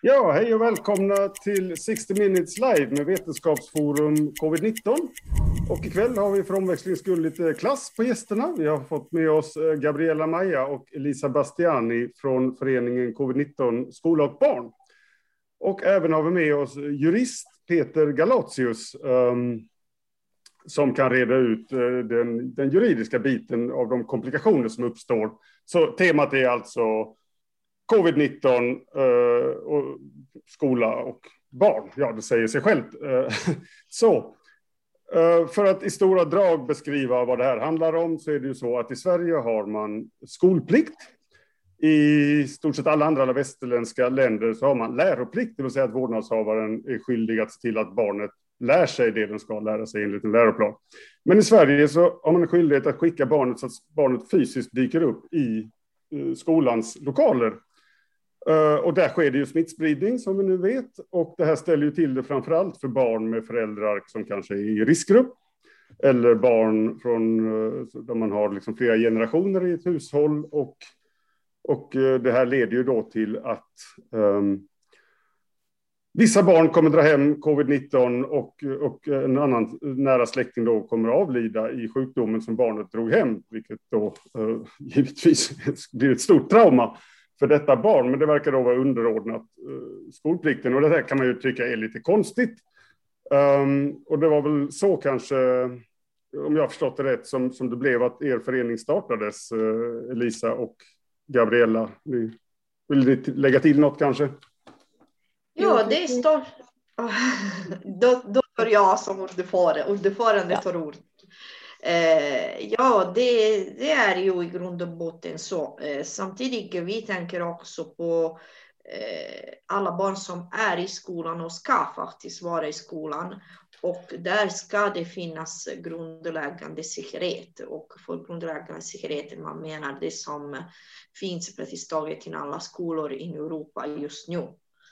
Ja, hej och välkomna till 60 Minutes Live med Vetenskapsforum Covid-19. Och ikväll har vi för omväxlings skull lite klass på gästerna. Vi har fått med oss Gabriella Maja och Elisa Bastiani från föreningen Covid-19 Skola och barn. Och även har vi med oss jurist Peter Galatius som kan reda ut den juridiska biten av de komplikationer som uppstår. Så temat är alltså Covid-19 och skola och barn. Ja, det säger sig självt. Så, för att i stora drag beskriva vad det här handlar om så är det ju så att i Sverige har man skolplikt. I stort sett alla andra västerländska länder så har man läroplikt, det vill säga att vårdnadshavaren är skyldig att se till att barnet lär sig det den ska lära sig enligt en läroplan. Men i Sverige så har man en skyldighet att skicka barnet så att barnet fysiskt dyker upp i skolans lokaler. Och där sker det ju smittspridning som vi nu vet, och det här ställer ju till det framförallt för barn med föräldrar som kanske är i riskgrupp eller barn från där man har liksom flera generationer i ett hushåll, och det här leder ju då till att vissa barn kommer dra hem covid-19 och en annan nära släkting då kommer avlida i sjukdomen som barnet drog hem, vilket då givetvis blir ett stort trauma för detta barn, men det verkar då vara underordnat skolplikten, och det här kan man ju tycka är lite konstigt. Och det var väl så kanske, om jag har förstått det rätt, som det blev att er förening startades, Elisa och Gabriella. Vill ni lägga till något kanske? Ja, det står... Då är jag som ordförande tar ord. Ja, det är ju i grund och botten så. Samtidigt vi tänker också på alla barn som är i skolan och ska faktiskt vara i skolan. Och där ska det finnas grundläggande säkerhet. Och för grundläggande säkerhet man menar det som finns praktiskt taget i alla skolor i Europa just nu.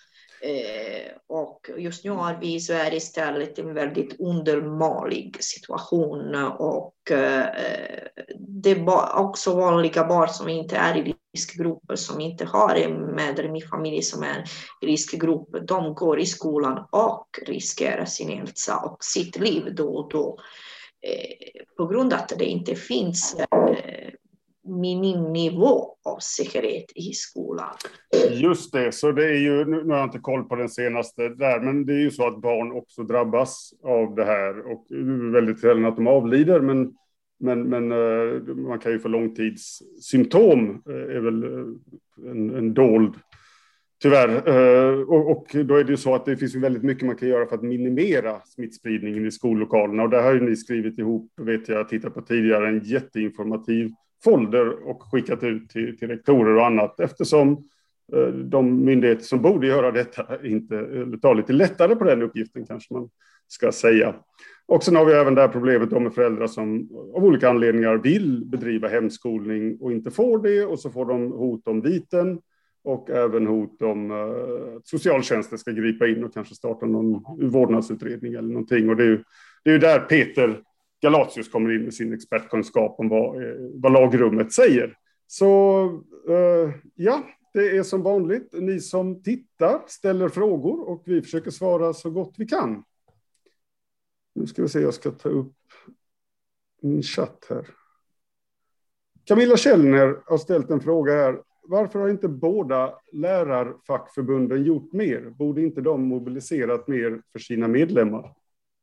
Och just nu har vi i Sverige istället en väldigt undermålig situation, och det är också vanliga barn som inte är i riskgrupper, som inte har en medlem i familj som är i riskgrupp, de går i skolan och riskerar sin hälsa och sitt liv då och då på grund av att det inte finns miniminivå av säkerhet i skolan. Just det, så det är ju, nu har jag inte koll på den senaste där, men det är ju så att barn också drabbas av det här, och det är väldigt sällan att de avlider, men man kan ju få långtidssymptom, är väl en dold, tyvärr. Och då är det ju så att det finns ju väldigt mycket man kan göra för att minimera smittspridningen i skollokalerna, och där har ju ni skrivit ihop, vet jag, tittat på tidigare, en jätteinformativ folder och skickat ut till rektorer och annat, eftersom de myndigheter som borde göra detta inte tar lite lättare på den uppgiften, kanske man ska säga. Och sen har vi även det här problemet med föräldrar som av olika anledningar vill bedriva hemskolning och inte får det, och så får de hot om viten och även hot om att socialtjänsten ska gripa in och kanske starta någon vårdnadsutredning eller någonting, och det är ju där Peter Galatius kommer in med sin expertkunskap om vad lagrummet säger. Så ja, det är som vanligt. Ni som tittar ställer frågor och vi försöker svara så gott vi kan. Nu ska vi se, jag ska ta upp min chatt här. Camilla Källner har ställt en fråga här. Varför har inte båda lärarfackförbunden gjort mer? Borde inte de mobiliserat mer för sina medlemmar?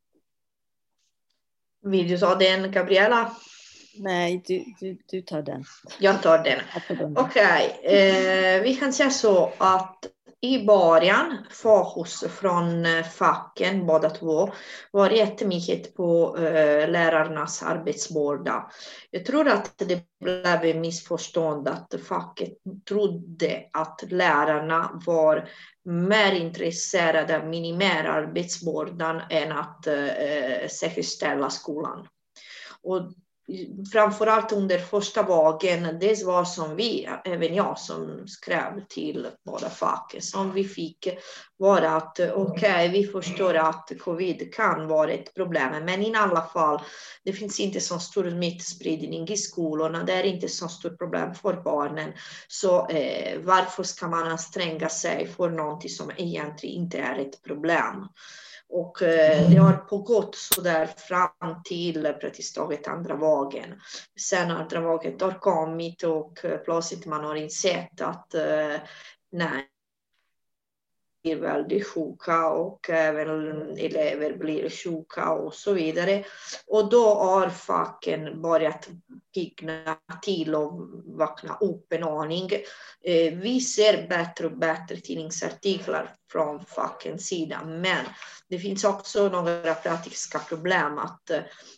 Vill du ta den, Gabriella? Nej, du tar den. Jag tar den. Okej. Vi kan säga så att i början fokus från facken, båda två, var jättemycket på lärarnas arbetsbörda. Jag tror att det blev en missförstånd att facket trodde att lärarna var mer intresserade av att minimera arbetsbördan än att säkerställa skolan. Och framförallt under första vågen, det svar som även jag som skrev till båda facken, som vi fick var att okej, vi förstår att covid kan vara ett problem, men i alla fall, det finns inte så stor smittspridning i skolorna, det är inte så stort problem för barnen, så varför ska man anstränga sig för någonting som egentligen inte är ett problem? Och det har pågått så där fram till praktiskt taget andra vågen. Sen andra vågen har kommit och plötsligt man har insett att nej, blir väldigt sjuka och även elever blir sjuka och så vidare. Och då har facken börjat pigna till och vakna upp en aning. Vi ser bättre och bättre tidningsartiklar från fackens sida, men det finns också några praktiska problem att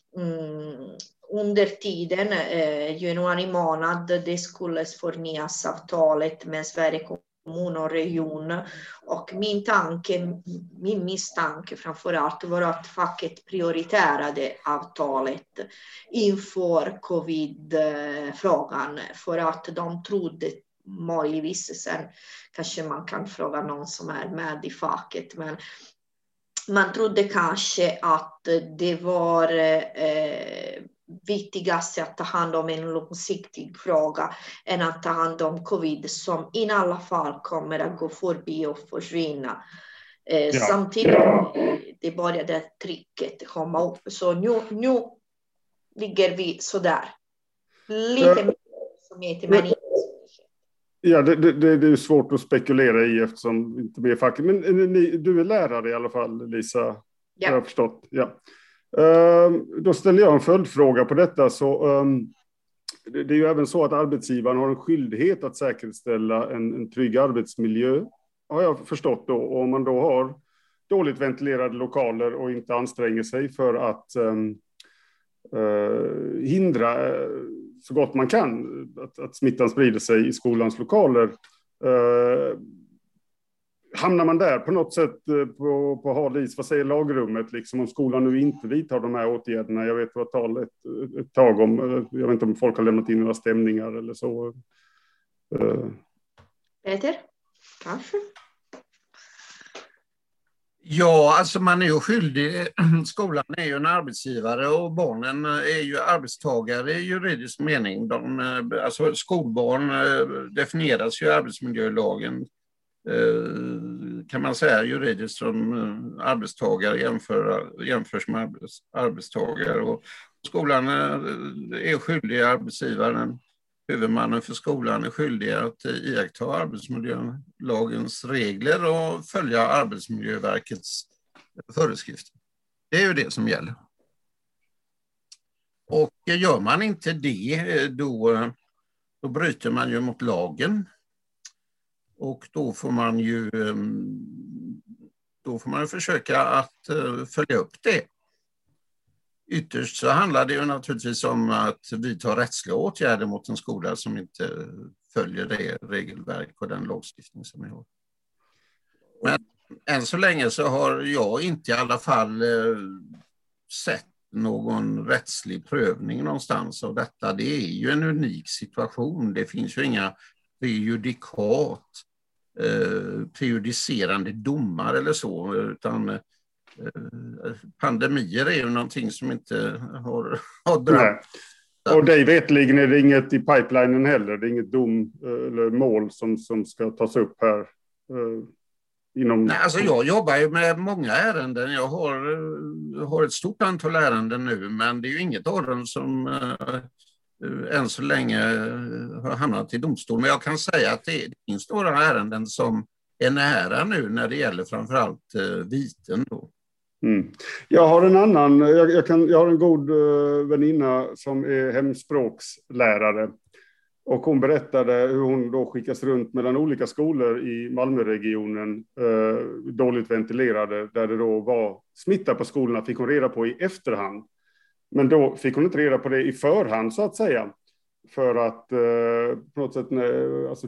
under tiden januari månad det skulle förnyas avtalet med Sverige kommun och region, och min misstanke framförallt var att facket prioriterade avtalet inför covid-frågan för att de trodde möjligtvis, sen kanske man kan fråga någon som är med i facket, men man trodde kanske att det var viktigaste att ta hand om en långsiktig fråga än att ta hand om covid som i alla fall kommer att gå förbi och försvinna. Samtidigt det började trycket komma upp, så nu ligger vi sådär lite mer som heter, men inte. Ja, det är svårt att spekulera i eftersom inte blir facket. Men du är lärare i alla fall, Lisa, har jag förstått. Ja. Då ställer jag en följdfråga på detta. Så, det är ju även så att arbetsgivaren har en skyldighet att säkerställa en trygg arbetsmiljö, har jag förstått då. Och om man då har dåligt ventilerade lokaler och inte anstränger sig för att hindra så gott man kan att smittan sprider sig i skolans lokaler, hamnar man där på något sätt på hal is? Vad säger lagrummet liksom, om skolan nu inte vidtar de här åtgärderna? Jag vet vad tal ett tag om, jag vet inte om folk har lämnat in några stämningar eller så. Peter, kanske? Ja, alltså man är ju skyldig. Skolan är ju en arbetsgivare och barnen är ju arbetstagare i juridisk mening. Alltså skolbarn definieras ju i arbetsmiljölagen, kan man säga, juridiskt som arbetstagare jämförs med arbetstagare. Och skolan är skyldig, arbetsgivaren, huvudmannen för skolan är skyldig att iaktta arbetsmiljölagens regler och följa Arbetsmiljöverkets föreskrifter. Det är ju det som gäller. Och gör man inte det, då bryter man ju mot lagen. Och då får man ju försöka att följa upp det. Ytterst så handlar det ju naturligtvis om att vidta rättsliga åtgärder mot en skola som inte följer det regelverk och den lagstiftning som vi har. Men än så länge så har jag inte i alla fall sett någon rättslig prövning någonstans av detta. Det är ju en unik situation. Det finns ju inga prejudicerande domar eller så, utan pandemier är ju någonting som inte har drabbat. Och dig vetligen är det inget i pipelinen heller. Det är inget dom eller mål som ska tas upp här inom... Nej, alltså jag jobbar ju med många ärenden. Jag har ett stort antal ärenden nu, men det är ju inget av dem som än så länge har hamnat i domstol. Men jag kan säga att det finns några ärenden som är nära nu när det gäller framförallt viten då. Mm. Jag har en annan, jag har en god väninna som är hemspråkslärare, och hon berättade hur hon då skickas runt mellan olika skolor i Malmöregionen, dåligt ventilerade, där det då var smitta på skolorna, fick hon reda på i efterhand. Men då fick hon inte reda på det i förhand så att säga. För att på något sätt, alltså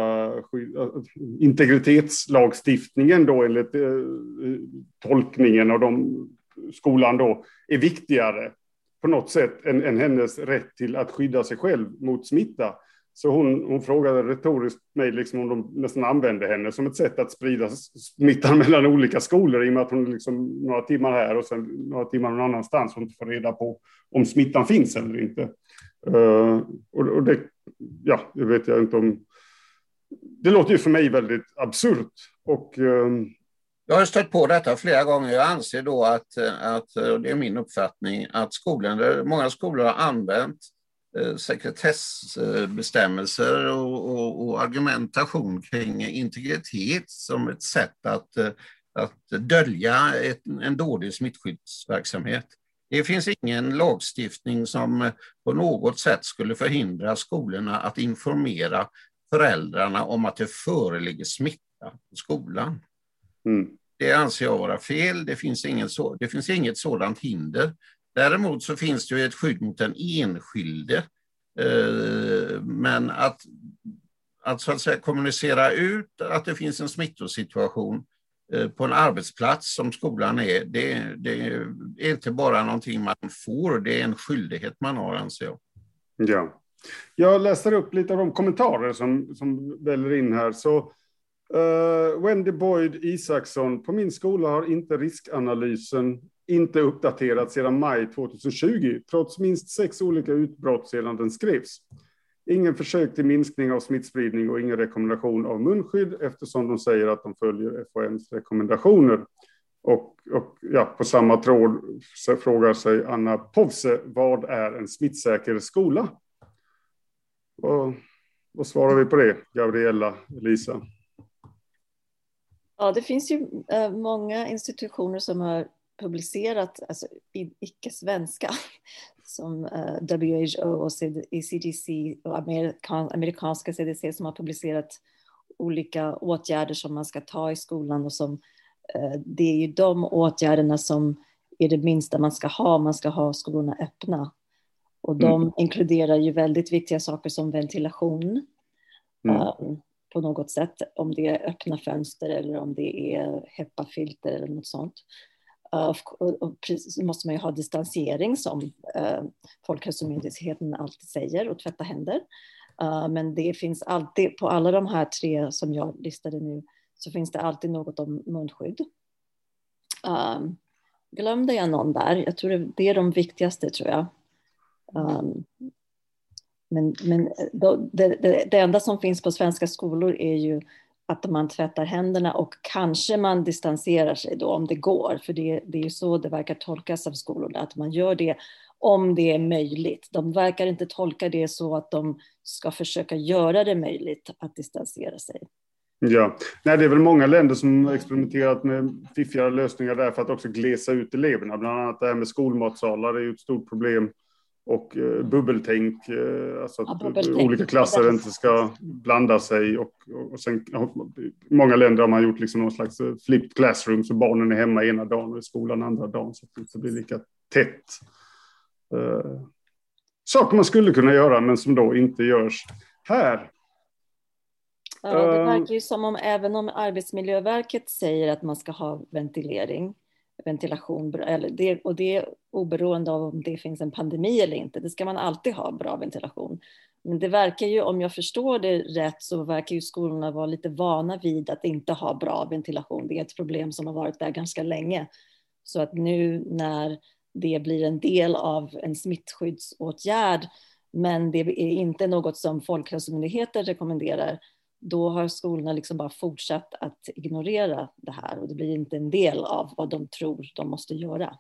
integritetslagstiftningen då enligt tolkningen av skolan då är viktigare på något sätt än hennes rätt till att skydda sig själv mot smitta. Så hon frågade retoriskt mig liksom om de nästan använde henne som ett sätt att sprida smittan mellan olika skolor, i och med att hon liksom några timmar här och sen några timmar någon annanstans och inte får reda på om smittan finns eller inte. Och det, ja, det vet jag inte om. Det låter ju för mig väldigt absurt. Och jag har stött på detta flera gånger. Jag anser då att det är min uppfattning, att många skolor har använt sekretessbestämmelser och argumentation kring integritet som ett sätt att dölja en dålig smittskyddsverksamhet. Det finns ingen lagstiftning som på något sätt skulle förhindra skolorna att informera föräldrarna om att det föreligger smitta på skolan. Det anser jag vara fel. Det finns inget sådant hinder. Däremot så finns det ju ett skydd mot den enskilde. Men att så att säga kommunicera ut att det finns en smittosituation på en arbetsplats som skolan är, det är inte bara någonting man får, det är en skyldighet man har, anser jag. Ja. Jag läser upp lite av de kommentarer som väller in här. Så Wendy Boyd Isaksson: på min skola har inte riskanalysen inte uppdaterats sedan maj 2020, trots minst 6 olika utbrott sedan den skrevs. Ingen försök till minskning av smittspridning och ingen rekommendation av munskydd, eftersom de säger att de följer FHMs rekommendationer. Och ja, på samma tråd frågar sig Anna Povse: vad är en smittsäker skola? Vad svarar vi på det, Gabriella, Lisa? Ja, det finns ju många institutioner som har publicerat, alltså icke-svenska, som WHO och CDC och amerikanska CDC, som har publicerat olika åtgärder som man ska ta i skolan, och som det är ju de åtgärderna som är det minsta man ska ha. Man ska ha skolorna öppna, och de inkluderar ju väldigt viktiga saker som ventilation på något sätt, om det är öppna fönster eller om det är HEPA-filter eller något sånt. Och så måste man ju ha distansering, som Folkhälsomyndigheten alltid säger, och tvätta händer. Men det finns alltid, på alla de här 3 som jag listade nu, så finns det alltid något om munskydd. Glömde jag någon där? Jag tror det är de viktigaste, tror jag. Men det enda som finns på svenska skolor är ju att man tvättar händerna, och kanske man distanserar sig då om det går. För det är ju så det verkar tolkas av skolorna, att man gör det om det är möjligt. De verkar inte tolka det så att de ska försöka göra det möjligt att distansera sig. Ja, nej, det är väl många länder som har experimenterat med fiffigare lösningar där för att också glesa ut eleverna. Bland annat det här med skolmatsalar är ju ett stort problem. Och bubbeltänk, alltså att olika klasser inte ska blanda sig. Och sen, många länder har man gjort liksom någon slags flipped classroom, så barnen är hemma ena dagen och i skolan andra dagen, så att det inte blir lika tätt. Saker man skulle kunna göra, men som då inte görs här. Ja, det verkar ju som om, även om Arbetsmiljöverket säger att man ska ha ventilation, och det är oberoende av om det finns en pandemi eller inte. Det ska man alltid ha, bra ventilation. Men det verkar ju, om jag förstår det rätt, så verkar ju skolorna vara lite vana vid att inte ha bra ventilation. Det är ett problem som har varit där ganska länge. Så att nu när det blir en del av en smittskyddsåtgärd, men det är inte något som Folkhälsomyndigheten rekommenderar, då har skolorna liksom bara fortsatt att ignorera det här, och det blir inte en del av vad de tror de måste göra.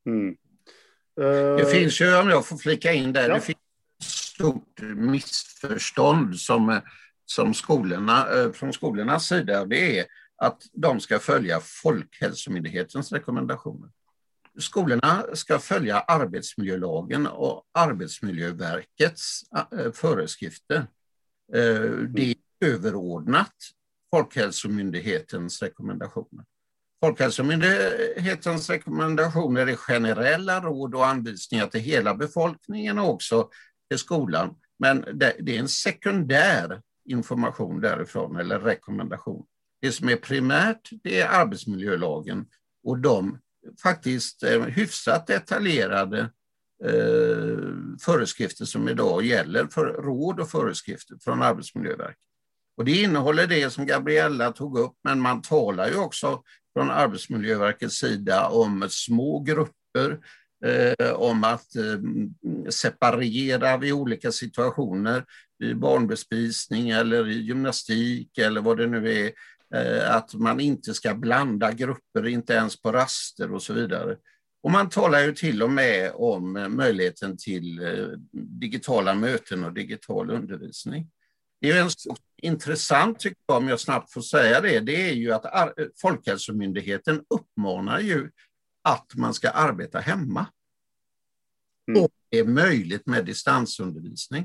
Det finns ju, om jag får flika in där, det finns ett stort missförstånd som skolorna, från skolornas sida, det är att de ska följa Folkhälsomyndighetens rekommendationer. Skolorna ska följa arbetsmiljölagen och Arbetsmiljöverkets föreskrifter. Det är överordnat Folkhälsomyndighetens rekommendationer. Folkhälsomyndighetens rekommendationer är generella råd och anvisningar till hela befolkningen och också till skolan. Men det är en sekundär information därifrån, eller rekommendation. Det som är primärt, det är arbetsmiljölagen och de faktiskt hyfsat detaljerade föreskrifter som idag gäller, för råd och föreskrifter från Arbetsmiljöverket. Och det innehåller det som Gabriella tog upp, men man talar ju också från Arbetsmiljöverkets sida om små grupper, om att separera vid olika situationer, i barnbespisning eller i gymnastik eller vad det nu är, att man inte ska blanda grupper, inte ens på raster och så vidare. Och man talar ju till och med om möjligheten till digitala möten och digital undervisning. Det är ju en intressant, tycker jag, om jag snabbt får säga det är ju att Folkhälsomyndigheten uppmanar ju att man ska arbeta hemma. Och det är möjligt med distansundervisning.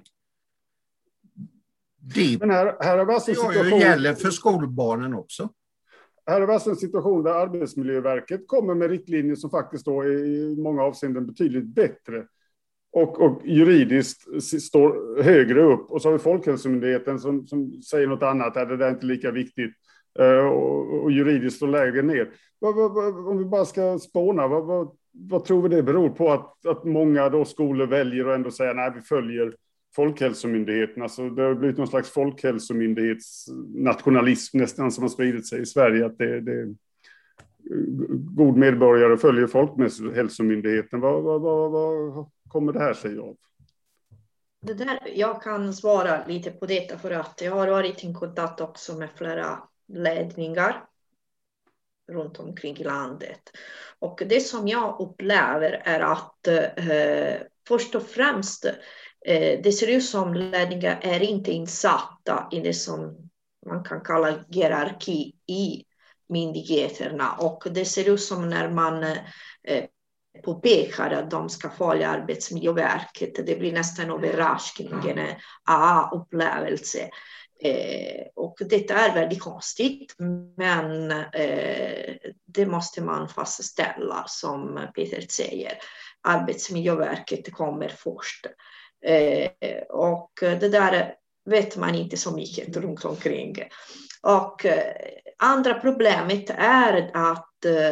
Men här har vi alltså en situation... gäller för skolbarnen också. Här har vi alltså en situation där Arbetsmiljöverket kommer med riktlinjer som faktiskt då är i många avseenden betydligt bättre. Och juridiskt står högre upp. Och så har vi Folkhälsomyndigheten som säger något annat. Det där är inte lika viktigt. Och juridiskt står lägre ner. Om vi bara ska spåna, vad tror vi det beror på att många då skolor väljer att ändå säga nej, vi följer Folkhälsomyndigheten. Alltså det har blivit någon slags folkhälsomyndighetsnationalism nästan som har spridit sig i Sverige. Att det god medborgare följer Folkhälsomyndigheten. Vad kommer det här sig av? Det där, jag kan svara lite på detta för att jag har varit i kontakt också med flera ledningar runt omkring i landet. Och det som jag upplever är att först och främst det ser ut som ledningar är inte insatta i det som man kan kalla hierarki i myndigheterna. Och det ser ut som när man påpekar att de ska följa Arbetsmiljöverket. Det blir nästan överraskning, en upplevelse. Och detta är väldigt konstigt, men det måste man fastställa, som Peter säger. Arbetsmiljöverket kommer först. Och det där vet man inte så mycket runt omkring. Och andra problemet är att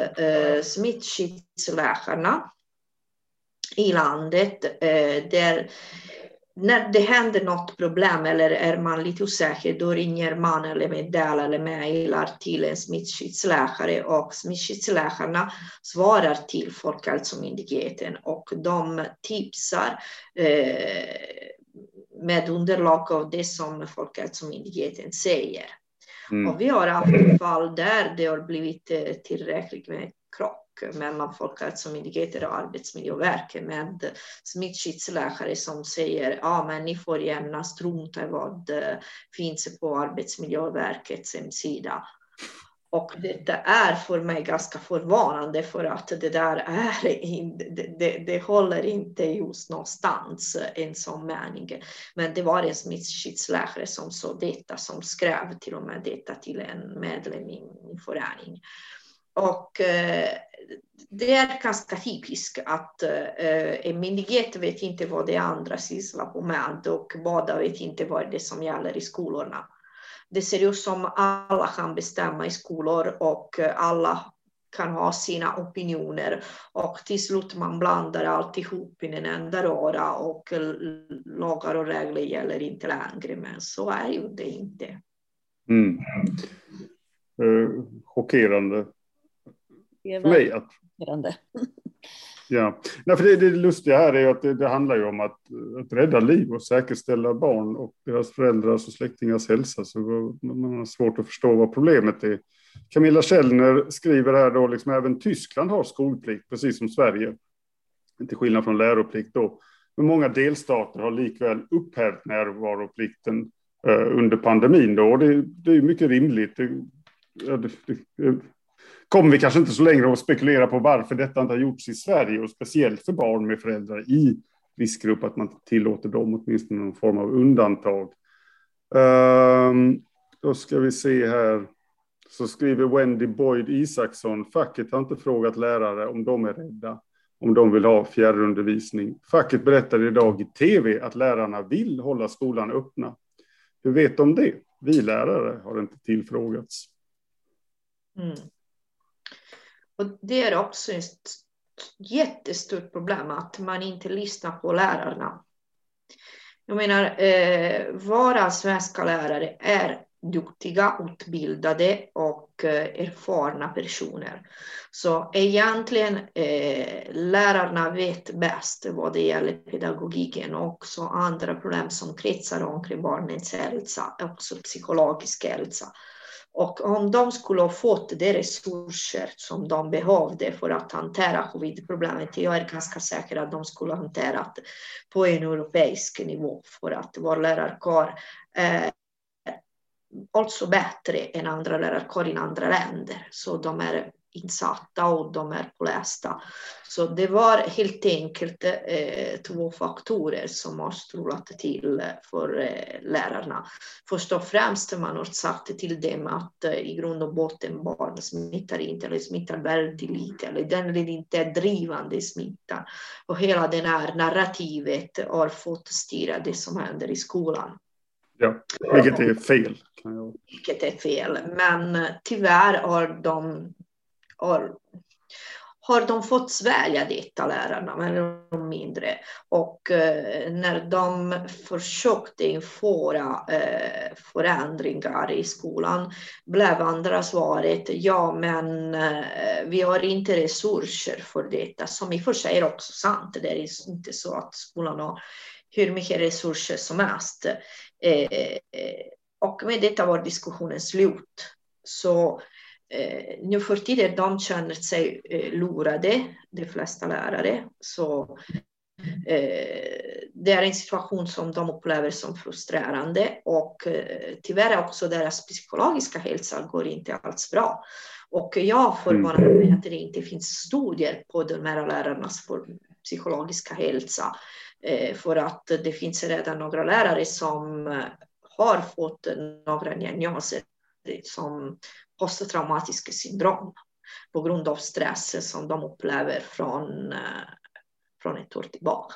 smittskyddsläkarna i landet, när det händer något problem eller är man lite osäker, då ringer man eller meddelar eller mejlar till en smittskyddsläkare, och smittskyddsläkarna svarar till Folkhälsomyndigheten och de tipsar med underlag av det som Folkhälsomyndigheten säger. Och vi har haft fall där det har blivit tillräckligt med krock mellan Folkhälsomyndigheten och Arbetsmiljöverket med smittskyddsläkare som säger men ni får gärna strunta vad finns på Arbetsmiljöverkets hemsida. Och detta är för mig ganska förvånande, för att det där det håller inte just någonstans en sån mening. Men det var en smittskyddsläkare som sa detta, som skrev till och med detta till en medlem i min förening. Och det är ganska typiskt att en myndighet vet inte vad det andra sysslar på med, och båda vet inte vad det som gäller i skolorna. Det ser ut som alla kan bestämma i skolor och alla kan ha sina opinioner, och till slut man blandar alltihop i en enda röra och lagar och regler gäller inte längre, men så är ju det inte. Chockerande. Det är för mig att... chockerande. Ja, nej, för det lustiga här är att det handlar ju om att rädda liv och säkerställa barn och deras föräldrars och släktingars hälsa, så man har svårt att förstå vad problemet är. Camilla Källner skriver här då, liksom även Tyskland har skolplikt, precis som Sverige. Inte skillnad från läroplikt då. Men många delstater har likväl upphävt närvaroplikten under pandemin då. Och det är mycket rimligt. Kommer vi kanske inte så länge att spekulera på varför detta inte har gjorts i Sverige, och speciellt för barn med föräldrar i riskgrupp, att man tillåter dem åtminstone någon form av undantag. Då ska vi se här. Så skriver Wendy Boyd Isaksson: facket har inte frågat lärare om de är rädda, om de vill ha fjärrundervisning. Facket berättade idag i tv att lärarna vill hålla skolan öppna. Hur vet de det? Vi lärare har inte tillfrågats. Och det är också en jättestort problem att man inte lyssnar på lärarna. Jag menar, våra svenska lärare är duktiga, utbildade och erfarna personer. Så egentligen lärarna vet bäst vad det gäller pedagogiken och också andra problem som kretsar omkring barnens hälsa, också psykologisk hälsa. Och om de skulle ha fått de resurser som de behövde för att hantera covid-problemet, jag är ganska säker att de skulle ha hanterat på en europeisk nivå, för att vår lärarkår är alltså bättre än andra lärarkår i andra länder. Så de är insatta och de är pålästa. Så det var helt enkelt 2 faktorer som har strulat till för lärarna. Först och främst man har sagt till dem att i grund och botten barn smittar inte eller smittar väldigt lite eller den är inte drivande smittan. Och hela det här narrativet har fått styra det som händer i skolan. Ja, vilket är fel. Vilket är fel, men tyvärr har de fått svälja detta, lärarna, mer eller mindre. Och när de försökte införa förändringar i skolan blev andra svaret, ja men vi har inte resurser för detta, som i och för sig är också sant. Det är inte så att skolan har hur mycket resurser som helst. Och med detta var diskussionen slut. Så nu för tiden de känner sig lurade, de flesta lärare. Så det är en situation som de upplever som frustrerande. Och tyvärr också deras psykologiska hälsa går inte alls bra. Och jag förvånar mig att det inte finns studier på de här lärarnas psykologiska hälsa. För att det finns redan några lärare som har fått några diagnoser som posttraumatiska syndrom på grund av stress som de upplever från ett år tillbaka.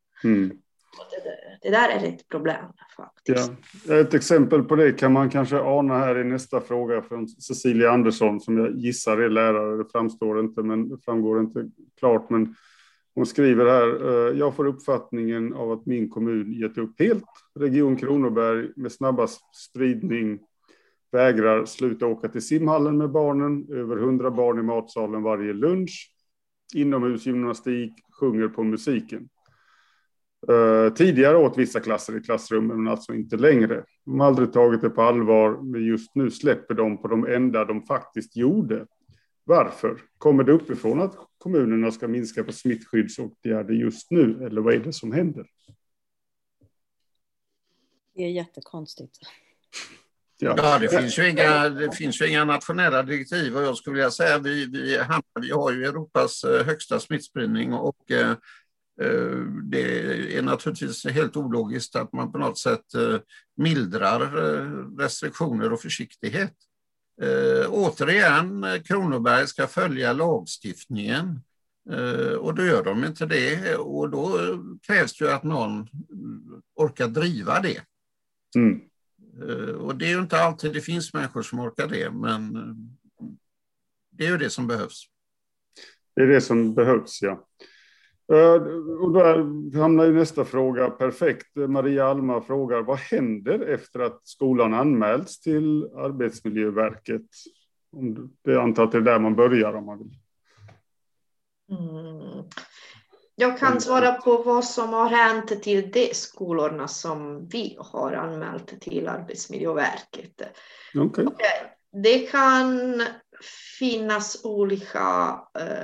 Det där är ett problem faktiskt. Ja. Ett exempel på det kan man kanske ana här i nästa fråga från Cecilia Andersson, som jag gissar är lärare. Det framgår inte klart, men hon skriver här: jag får uppfattningen av att min kommun gett upp helt. Region Kronoberg med snabbast spridning vägrar sluta åka till simhallen med barnen. Över 100 barn i matsalen varje lunch. Inomhusgymnastik, sjunger på musiken. Tidigare åt vissa klasser i klassrummen, men alltså inte längre. De har aldrig tagit det på allvar, men just nu släpper de på de enda de faktiskt gjorde. Varför? Kommer det uppifrån att kommunerna ska minska på smittskyddsåtgärder just nu? Eller vad är det som händer? Det är jättekonstigt. Ja, det finns ju inga nationella direktiv, och jag skulle vilja säga vi har ju Europas högsta smittspridning, och det är naturligtvis helt ologiskt att man på något sätt mildrar restriktioner och försiktighet. Återigen, Kronoberg ska följa lagstiftningen, och då gör de inte det, och då krävs det ju att någon orkar driva det. Och det är ju inte alltid det finns människor som orkar det, men det är ju det som behövs. Det är det som behövs, ja. Och då hamnar ju nästa fråga perfekt. Maria Alma frågar: vad händer efter att skolan anmälts till Arbetsmiljöverket? Det är antar att det är där man börjar om man vill. Jag kan svara på vad som har hänt till de skolorna som vi har anmält till Arbetsmiljöverket. Okay. Det kan finnas olika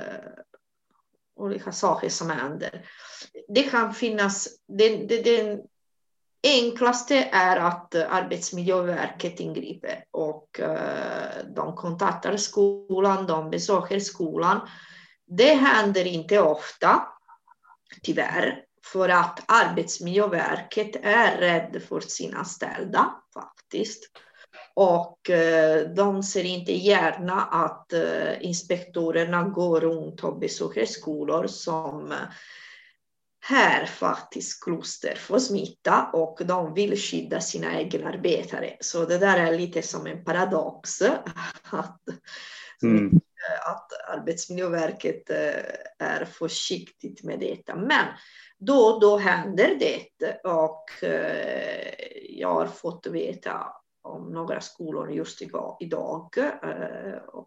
saker som händer. Det kan finnas, den enklaste är att Arbetsmiljöverket ingriper och de kontaktar skolan, de besöker skolan. Det händer inte ofta, tyvärr, för att Arbetsmiljöverket är rädd för sina anställda faktiskt. Och de ser inte gärna att inspektorerna går runt och besöker skolor som här faktiskt kluster för smitta, och de vill skydda sina egna arbetare. Så det där är lite som en paradox att Arbetsmiljöverket är försiktigt med detta. Men då händer det, och jag har fått veta om några skolor just idag. Och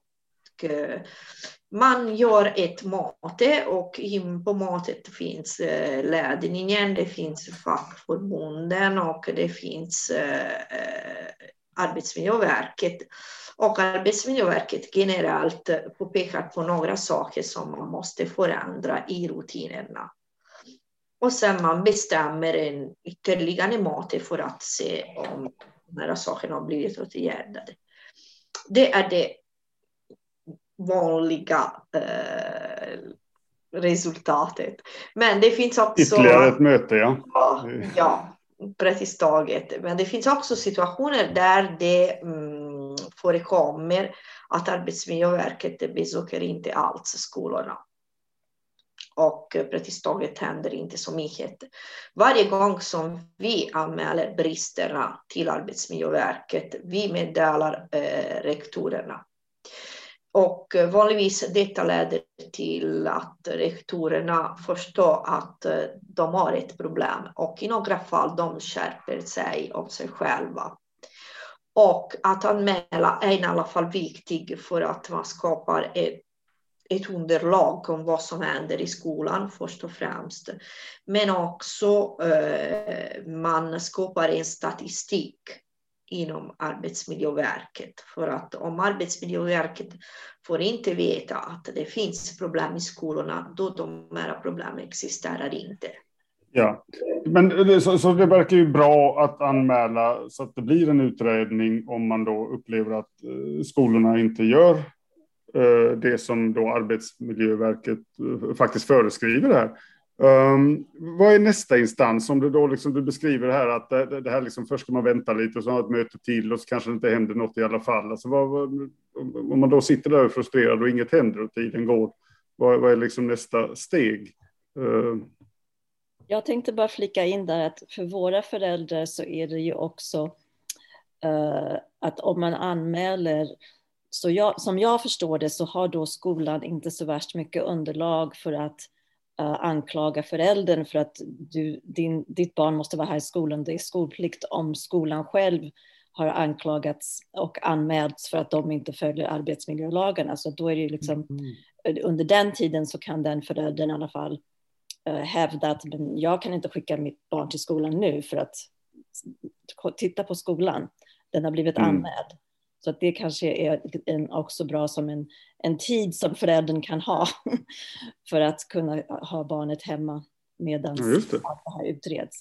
man gör ett möte, och på mötet finns ledningen, det finns fackförbunden och det finns Arbetsmiljöverket. Och Arbetsmiljöverket generellt påpekar på några saker som man måste förändra i rutinerna. Och sen man bestämmer en ytterligare möte för att se om de här sakerna har blivit åtgärdade. Det är det vanliga resultatet. Men det finns också... Ytterligare ett möte, ja. Ja, precis taget. Men det finns också situationer där det förekommer att Arbetsmiljöverket besöker inte alls skolorna. Och praktiskt taget händer inte så mycket. Varje gång som vi anmäler bristerna till Arbetsmiljöverket, vi meddelar rektorerna. Och vanligtvis detta leder till att rektorerna förstår att de har ett problem. Och i några fall de skärper sig av sig själva. Och att anmäla är i alla fall viktigt för att man skapar ett underlag om vad som händer i skolan först och främst. Men också man skapar en statistik inom Arbetsmiljöverket. För att om Arbetsmiljöverket får inte veta att det finns problem i skolorna, då de här problemen existerar inte. Ja, men så det verkar ju bra att anmäla så att det blir en utredning om man då upplever att skolorna inte gör det som då Arbetsmiljöverket faktiskt föreskriver här. Vad är nästa instans? Om du då liksom, du beskriver här att det här liksom, först ska man vänta lite och så har ett möte till och så kanske det inte händer något i alla fall. Alltså om man då sitter där frustrerad och inget händer och tiden går, vad är liksom nästa steg? Jag tänkte bara flika in där att för våra föräldrar så är det ju också att om man anmäler, så som jag förstår det så har då skolan inte så värst mycket underlag för att anklaga föräldern för att ditt barn måste vara här i skolan. Det är skolplikt om skolan själv har anklagats och anmälts för att de inte följer arbetsmiljölagarna. Så då är det ju liksom, under den tiden så kan den föräldern i alla fall hävda att jag kan inte skicka mitt barn till skolan nu för att titta på skolan. Den har blivit anmäld. Så att det kanske är också bra som en tid som föräldern kan ha för att kunna ha barnet hemma medan allt det här utreds.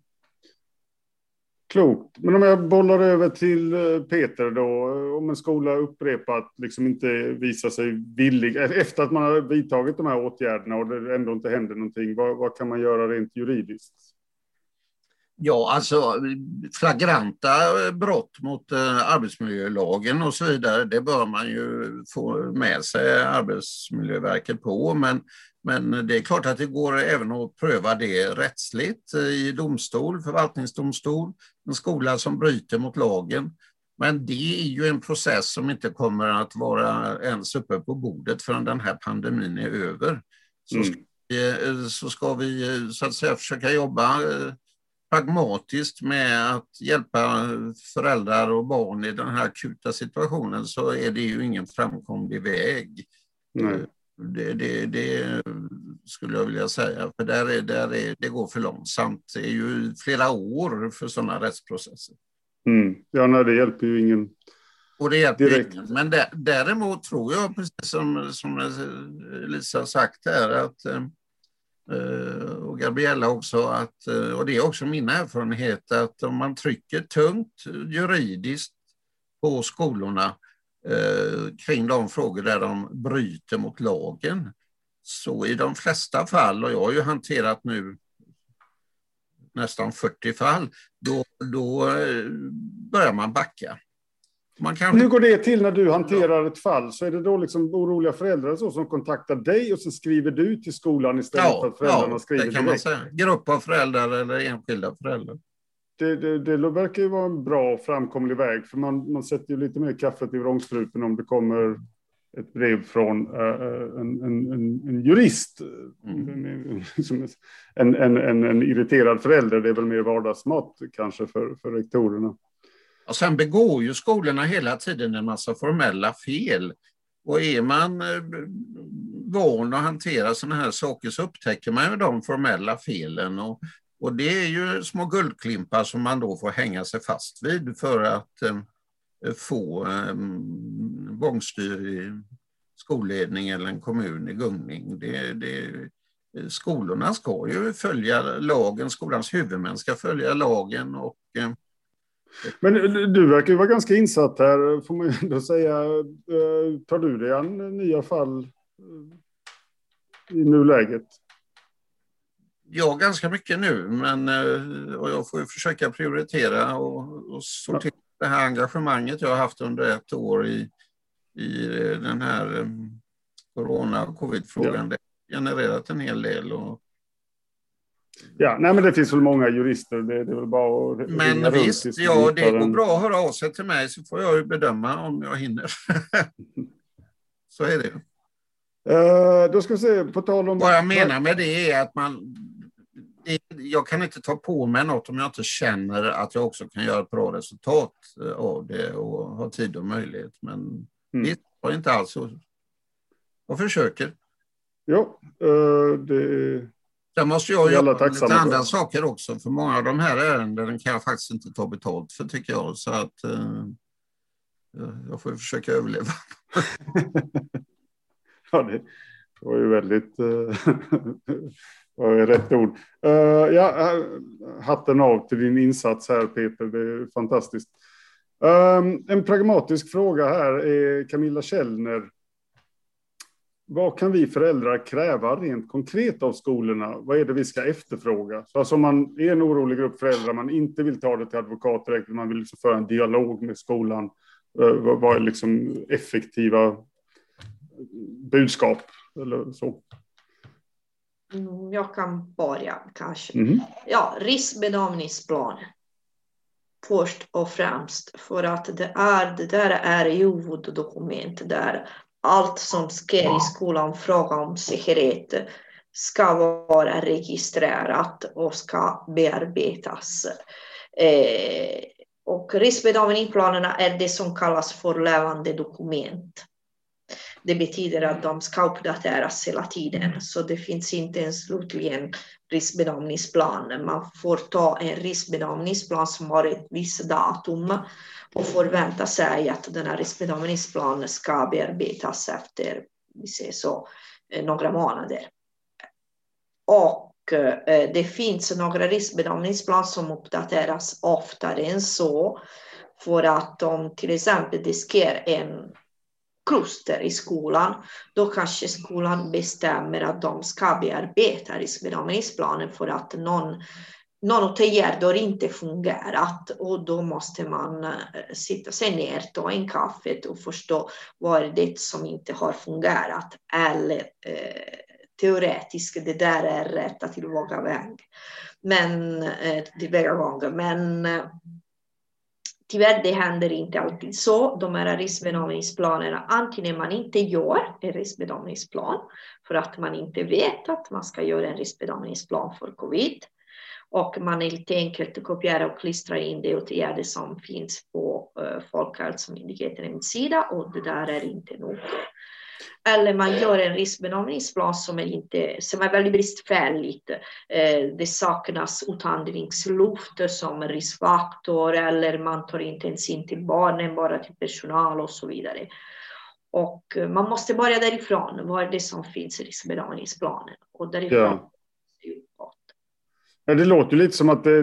Klokt. Men om jag bollar över till Peter då, om en skola upprepat liksom inte visar sig villig, efter att man har vidtagit de här åtgärderna och det ändå inte händer någonting, vad kan man göra rent juridiskt? Ja, alltså flagranta brott mot arbetsmiljölagen och så vidare, det bör man ju få med sig Arbetsmiljöverket på. Men det är klart att det går även att pröva det rättsligt i domstol, förvaltningsdomstol, en skola som bryter mot lagen. Men det är ju en process som inte kommer att vara ens uppe på bordet förrän den här pandemin är över. Så ska vi så att säga försöka jobba pragmatiskt med att hjälpa föräldrar och barn i den här akuta situationen, så är det ju ingen framkomlig väg. Det skulle jag vilja säga, för det går för långsamt. Det är ju flera år för sådana rättsprocesser. Ja, nej, det hjälper ju ingen. Och det hjälper direkt. Ingen. Men däremot tror jag, precis som Lisa har sagt här, att och Gabriella också, och det är också min erfarenhet, att om man trycker tungt juridiskt på skolorna kring de frågor där de bryter mot lagen, så i de flesta fall, och jag har ju hanterat nu nästan 40 fall, då börjar man backa. Hur går det till när du hanterar ett fall? Så är det då liksom oroliga föräldrar som kontaktar dig och så skriver du till skolan istället för att föräldrarna skriver direkt? Ja, det kan man säga. Grupp av föräldrar eller enskilda föräldrar. Det verkar ju vara en bra framkomlig väg, för man sätter ju lite mer kaffet i vrångstrupen om det kommer ett brev från en jurist. En irriterad förälder, det är väl mer vardagsmat kanske för rektorerna. Och sen begår ju skolorna hela tiden en massa formella fel. Och är man van att hantera sådana här saker så upptäcker man ju de formella felen. Och det är ju små guldklimpar som man då får hänga sig fast vid för att få bångstyr i skolledning eller en kommun i gungning. Skolorna ska ju följa lagen, skolans huvudmän ska följa lagen. Men du verkar ju vara ganska insatt här, får man ju ändå säga. Tar du dig an nya fall i nuläget? Ja, ganska mycket nu, men och jag får ju försöka prioritera och sortera det här engagemanget jag har haft under ett år i den här corona- och covid-frågan. Det har genererat en hel del. Ja, nej, men det finns väl många jurister, det är väl bara att men visst, ja, det går bra att höra av sig till mig så får jag ju bedöma om jag hinner. Så är det ju. Då ska vi se, på tal om... Vad jag menar med det är att jag kan inte ta på mig något om jag inte känner att jag också kan göra ett bra resultat av det och ha tid och möjlighet. Men det var inte alls så. Jag försöker. Ja, det... Sen måste jag göra lite andra saker också, för många av de här ärenden kan jag faktiskt inte ta betalt för, tycker jag. Så att jag får försöka överleva. Ja, det var ju väldigt rätt ord. Ja, hatten av till din insats här, Peter. Det är fantastiskt. En pragmatisk fråga här är Camilla Källner. Vad kan vi föräldrar kräva rent konkret av skolorna? Vad är det vi ska efterfråga? Så alltså om man är en orolig grupp föräldrar, man inte vill ta det till advokat direkt, man vill liksom föra en dialog med skolan. Vad är liksom effektiva budskap eller så? Jag kan börja kanske. Ja, riskbedömningsplan. Först och främst, för att det där är huvuddokument där allt som sker i skolan, fråga om säkerhet, ska vara registrerat och ska bearbetas. Och riskbedömningsplanerna är det som kallas för levande dokument. Det betyder att de ska uppdateras hela tiden, så det finns inte en slutligen riskbedömningsplan. Man får ta en riskbedömningsplan som har ett visst datum och förvänta sig att den här riskbedömningsplanen ska bearbetas efter några månader. Och det finns några riskbedömningsplaner som uppdateras oftare än så, för att om till exempel det sker en kluster i skolan, då kanske skolan bestämmer att de ska bearbeta riskbedömningsplanen för att någon åtgärd inte fungerat, och då måste man sitta sig ner, ta en kaffe och förstå vad är det som inte har fungerat, eller teoretiskt det där är rätt att tillvägagång. Men tyvärr, det händer inte alltid så. De här riskbedömningsplanerna, antingen man inte gör en riskbedömningsplan för att man inte vet att man ska göra en riskbedömningsplan för covid, och man helt enkelt kopierar och klistrar in de åtgärder som finns på Folkhälsomyndighetens hemsida, och det där är inte nog. Eller man gör en riskbedömningsplan som är väldigt bristfälligt. Det saknas utandningsluft som riskfaktor, eller man tar inte ens in till barnen, bara till personal och så vidare. Och man måste börja därifrån. Vad är det som finns i riskbedömningsplanen? Och därifrån. Ja. Ja, det låter ju lite som att det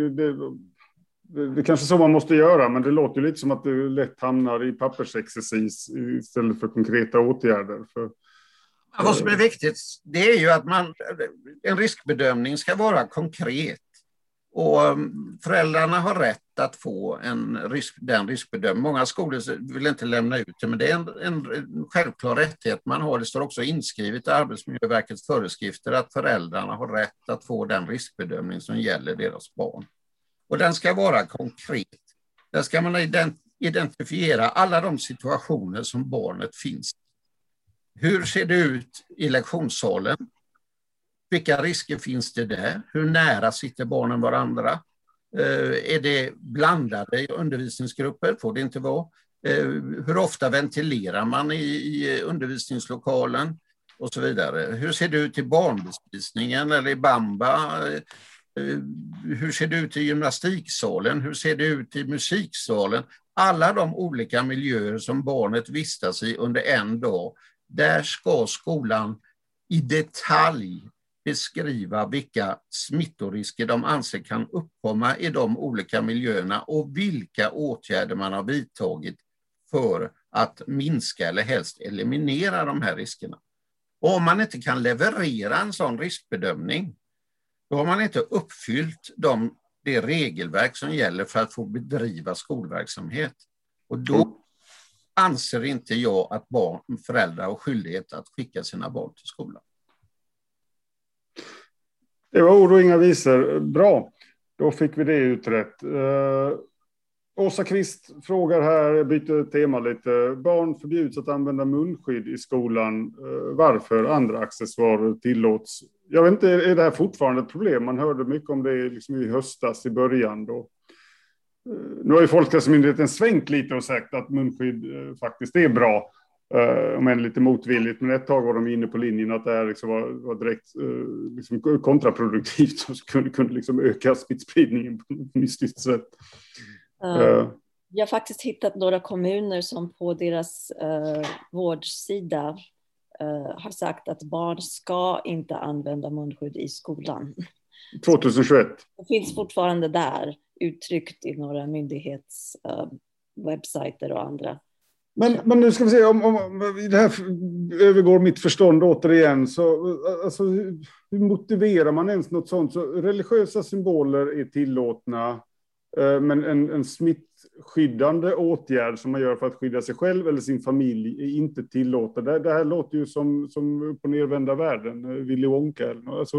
är kanske så man måste göra, men det låter ju lite som att det lätt hamnar i pappersexercis istället för konkreta åtgärder. Vad som är viktigt, det är ju att en riskbedömning ska vara konkret. Och föräldrarna har rätt att få den riskbedömning. Många skolor vill inte lämna ut det, men det är en självklar rättighet man har. Det står också inskrivet i Arbetsmiljöverkets föreskrifter att föräldrarna har rätt att få den riskbedömning som gäller deras barn. Och den ska vara konkret. Där ska man identifiera alla de situationer som barnet finns. Hur ser det ut i lektionssalen? Vilka risker finns det där? Hur nära sitter barnen varandra? Är det blandade undervisningsgrupper? Får det inte vara? Hur ofta ventilerar man i undervisningslokalen? Och så vidare. Hur ser det ut i barnbespisningen eller i bamba? Hur ser det ut i gymnastiksalen? Hur ser det ut i musiksalen? Alla de olika miljöer som barnet vistas i under en dag, där ska skolan i detalj beskriva vilka smittorisker de anser kan uppkomma i de olika miljöerna och vilka åtgärder man har vidtagit för att minska eller helst eliminera de här riskerna. Och om man inte kan leverera en sån riskbedömning, då har man inte uppfyllt det regelverk som gäller för att få bedriva skolverksamhet. Och då anser inte jag att föräldrar har skyldighet att skicka sina barn till skolan. Det var ord och inga visor. Bra, då fick vi det utrett. Åsa Kvist frågar här, jag byter tema lite. Barn förbjuds att använda munskydd i skolan. Varför andra accessoarer tillåts? Jag vet inte, är det här fortfarande ett problem? Man hörde mycket om det liksom i höstas i början. Då. Nu har ju Folkhälsomyndigheten svängt lite och sagt att munskydd faktiskt är bra. Om än lite motvilligt, men ett tag var de inne på linjen att det här liksom var direkt liksom kontraproduktivt och kunde liksom öka smittspridningen på ett mystiskt sätt. Jag har faktiskt hittat några kommuner som på deras vårdsida har sagt att barn ska inte använda munskydd i skolan. 2021. Det finns fortfarande där uttryckt i några myndighets webbsajter och andra. Men nu ska vi se, om det här övergår mitt förstånd återigen, så alltså, hur motiverar man ens något sånt? Så religiösa symboler är tillåtna, men en smittskyddande åtgärd som man gör för att skydda sig själv eller sin familj är inte tillåten. Det här låter ju som upp- och nervända världen, Willy Wonka. Alltså,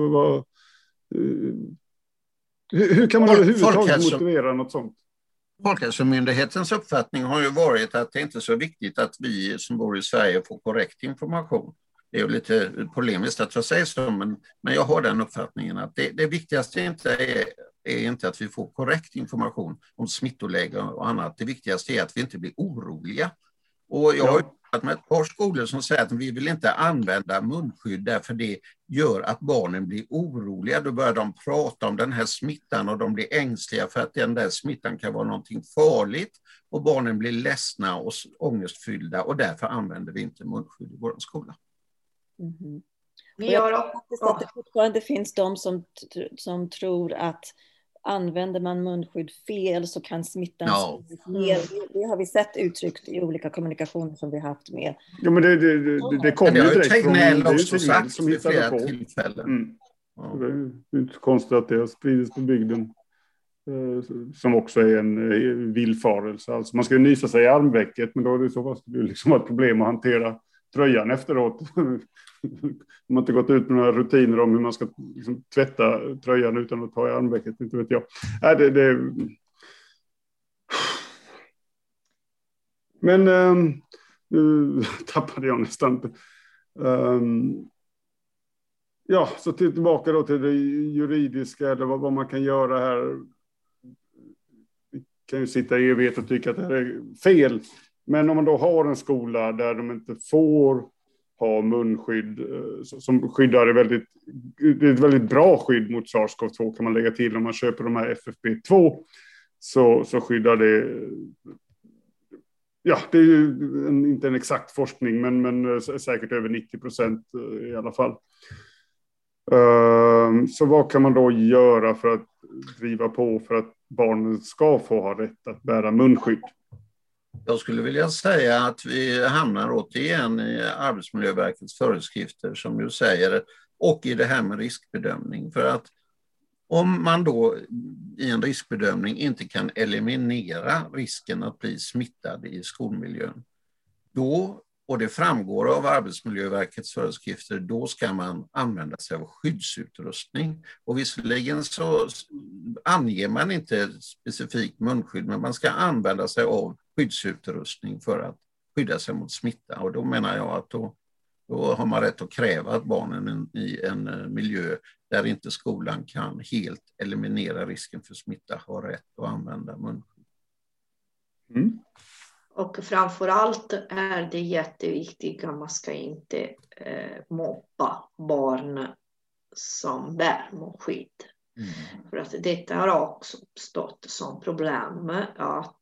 hur kan man överhuvudtaget motivera något sånt? Folkhälsomyndighetens uppfattning har ju varit att det inte är så viktigt att vi som bor i Sverige får korrekt information. Det är ju lite polemiskt att jag säger så, men jag har den uppfattningen att det viktigaste är inte att vi får korrekt information om smittoläge och annat. Det viktigaste är att vi inte blir oroliga. Och jag har pratat med ett par skolor som säger att vi vill inte använda munskydd därför det gör att barnen blir oroliga. Då börjar de prata om den här smittan och de blir ängsliga för att den där smittan kan vara någonting farligt. Och barnen blir ledsna och ångestfyllda och därför använder vi inte munskydd i vår skola. Mm-hmm. Jag faktiskt att det fortfarande finns de som tror att använder man munskydd fel så kan smittan spridas mer. Det har vi sett uttryckt i olika kommunikationer som vi har haft med. Ja, men det kommer ju direkt från Tegnell som hittade på tillfällen. Mm. Ja. Det är inte konstigt att det har spridits på bygden. Som också är en villfarelse. Alltså man ska ju nysa sig i armvecket, men då är det så fast det är liksom ett problem att hantera tröjan efteråt. Man har inte gått ut med några rutiner om hur man ska liksom tvätta tröjan utan att ta i armvecket, inte vet jag. Men nu tappade jag nästan. Så tillbaka då till det juridiska eller vad man kan göra här. Vi kan ju sitta i evighet och tycka att det här är fel. Men om man då har en skola där de inte får ha munskydd som skyddar det är ett väldigt bra skydd mot SARS-CoV-2 kan man lägga till. Om man köper de här FFP2 så skyddar det. Ja, det är ju inte en exakt forskning men säkert över 90% i alla fall. Så vad kan man då göra för att driva på för att barnen ska få ha rätt att bära munskydd? Jag skulle vilja säga att vi hamnar återigen i Arbetsmiljöverkets föreskrifter som ju säger, och i det här med riskbedömning. För att om man då i en riskbedömning inte kan eliminera risken att bli smittad i skolmiljön, då, och det framgår av Arbetsmiljöverkets föreskrifter, då ska man använda sig av skyddsutrustning. Och visserligen så anger man inte specifikt munskydd, men man ska använda sig av skyddsutrustning för att skydda sig mot smitta. Och då menar jag att Då har man rätt att kräva att barnen i en miljö där inte skolan kan helt eliminera risken för smitta har rätt att använda munskydd. Mm. Och framförallt är det jätteviktigt att man ska inte mobba barn som bär munskydd. Mm. För att detta har också uppstått som problem att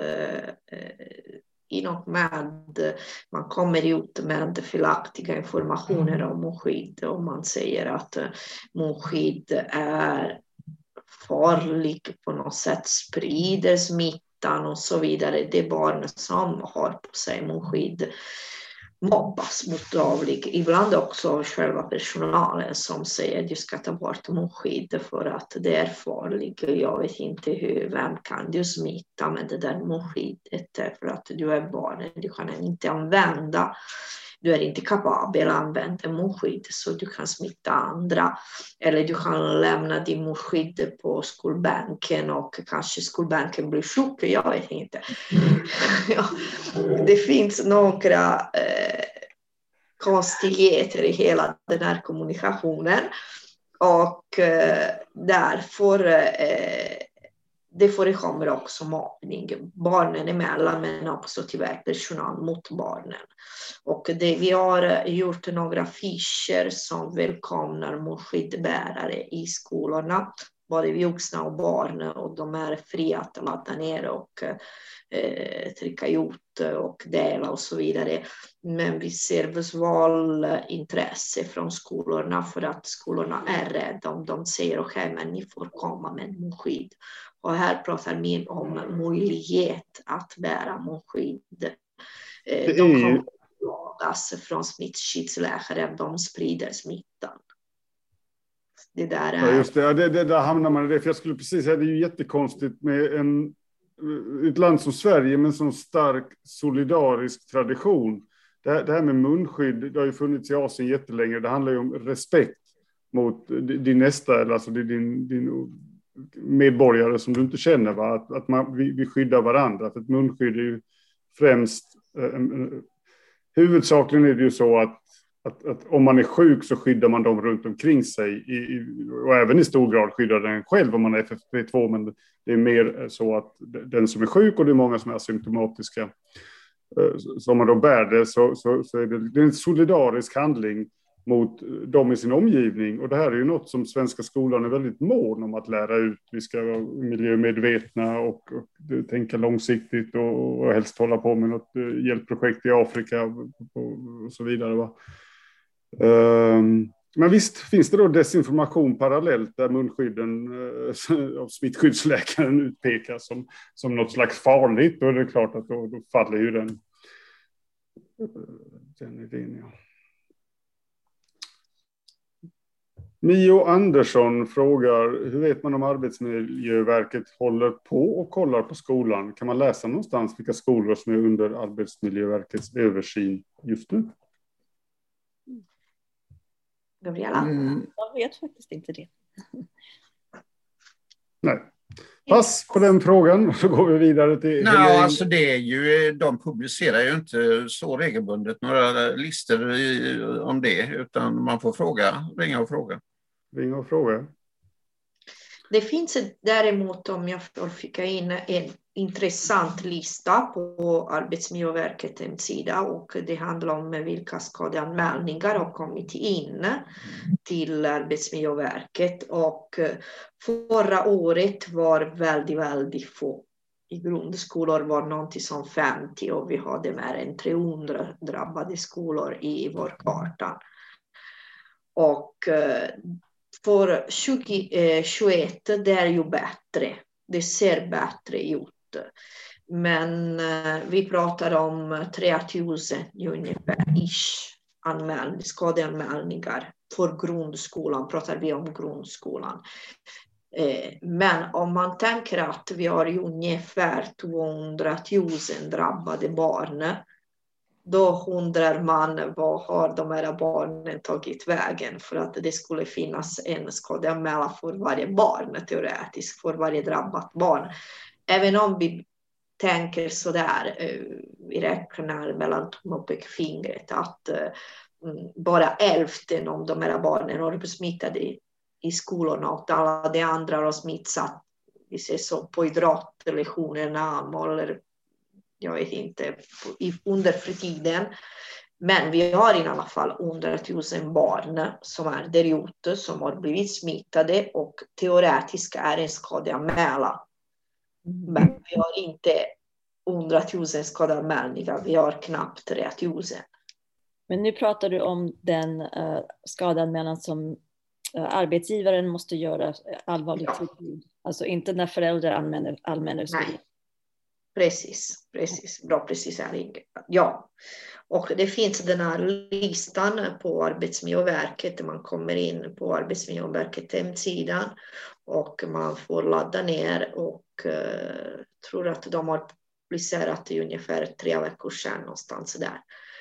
i och med man kommer ut med felaktiga informationer om munskydd och man säger att munskydd är farlig på något sätt, sprider smittan och så vidare. Det barn som har på sig munskydd mobbas mot daglig. Ibland också av själva personalen som säger att du ska ta bort munskydd för att det är farligt. Jag vet inte vem kan du smitta med det där munskyddet för att du är barn. Du kan inte använda. Du är inte kapabel att använda munskydd så du kan smitta andra. Eller du kan lämna din munskydd på skolbänken och kanske skolbänken blir sjuk. Jag vet inte. Ja, det finns några konstigheter i hela den här kommunikationen. Och därför det förekommer också mobbning barnen emellan men också tyvärr personal mot barnen. Och vi har gjort några affischer som välkomnar munskyddbärare i skolorna. Både vuxna och barn och de är fria att ladda ner och trycka ut och dela och så vidare. Men vi ser visual intresse från skolorna för att skolorna är rädda om de säger okej, men ni får komma med munskydd. Och här pratar vi om möjlighet att bära munskydd. De kommer lagas från smittskyddsläkare, de sprider smittan. Det där är... Ja, just det. Det där hamnar man i det. För jag skulle precis säga, det är ju jättekonstigt med ett land som Sverige med en sån stark solidarisk tradition. Det här med munskydd, det har ju funnits i Asien jättelänge. Det handlar ju om respekt mot din nästa, eller alltså din medborgare som du inte känner. Va? Att vi skyddar varandra. För ett munskydd är ju främst... huvudsakligen är det ju så att om man är sjuk så skyddar man dem runt omkring sig. Och även i stor grad skyddar den själv om man är FFP2. Men det är mer så att den som är sjuk och det är många som är asymptomatiska. Så om man då bär det så är det en solidarisk handling mot dem i sin omgivning. Och det här är ju något som svenska skolan är väldigt mån om att lära ut. Vi ska vara miljömedvetna och tänka långsiktigt och helst hålla på med något hjälpprojekt i Afrika och så vidare. Va? Men visst finns det då desinformation parallellt där munskydden av smittskyddsläkaren utpekas som något slags farligt. Då är det klart att då faller ju den idén. Ja. Mio Andersson frågar, hur vet man om Arbetsmiljöverket håller på och kollar på skolan? Kan man läsa någonstans vilka skolor som är under Arbetsmiljöverkets översyn just nu? Gabriella? Jag vet faktiskt inte det. Nej. Pass på den frågan, så går vi vidare till... Nej, alltså det är ju, de publicerar ju inte så regelbundet några listor om det, utan man får ringa och fråga. Ringa och fråga. Det finns däremot, om jag får skicka in en intressant lista på Arbetsmiljöverkets hemsida, och det handlar om vilka skadeanmälningar har kommit in till Arbetsmiljöverket, och förra året var väldigt få. I grundskolor var någonting som 50 och vi hade mer än 300 drabbade skolor i vår karta. Och för 2021 det är ju bättre. Det ser bättre ut. Men vi pratar om 3000 ungefär skadeanmälningar för grundskolan. Pratar vi om grundskolan. Men om man tänker att vi har ungefär 200 000 drabbade barn, då undrar man vad har de här barnen tagit vägen, för att det skulle finnas en skadeanmälan för varje barn teoretiskt, för varje drabbat barn. Även om vi tänker sådär, vi räknar mellan tum och pekfingret att bara hälften av de här barnen har blivit smittade i skolorna och alla de andra har smittat. Vi ser så på idrottslektionerna eller jag vet inte under fritiden. Men vi har i alla fall 100 000 barn som är där ute som har blivit smittade och teoretiskt är en skadeanmälan. Men vi har inte 100 000 skadeanmälningar, vi har knappt 3 000. Men nu pratar du om den skadeanmälan som arbetsgivaren måste göra allvarligt. Ja. Alltså inte när föräldrar anmäler. Nej, precis. Bra precisering. Ja, och det finns den här listan på Arbetsmiljöverket. Man kommer in på Arbetsmiljöverket hemsidan och man får ladda ner och tror att de har publicerat i ungefär 3 veckor sedan någonstans där.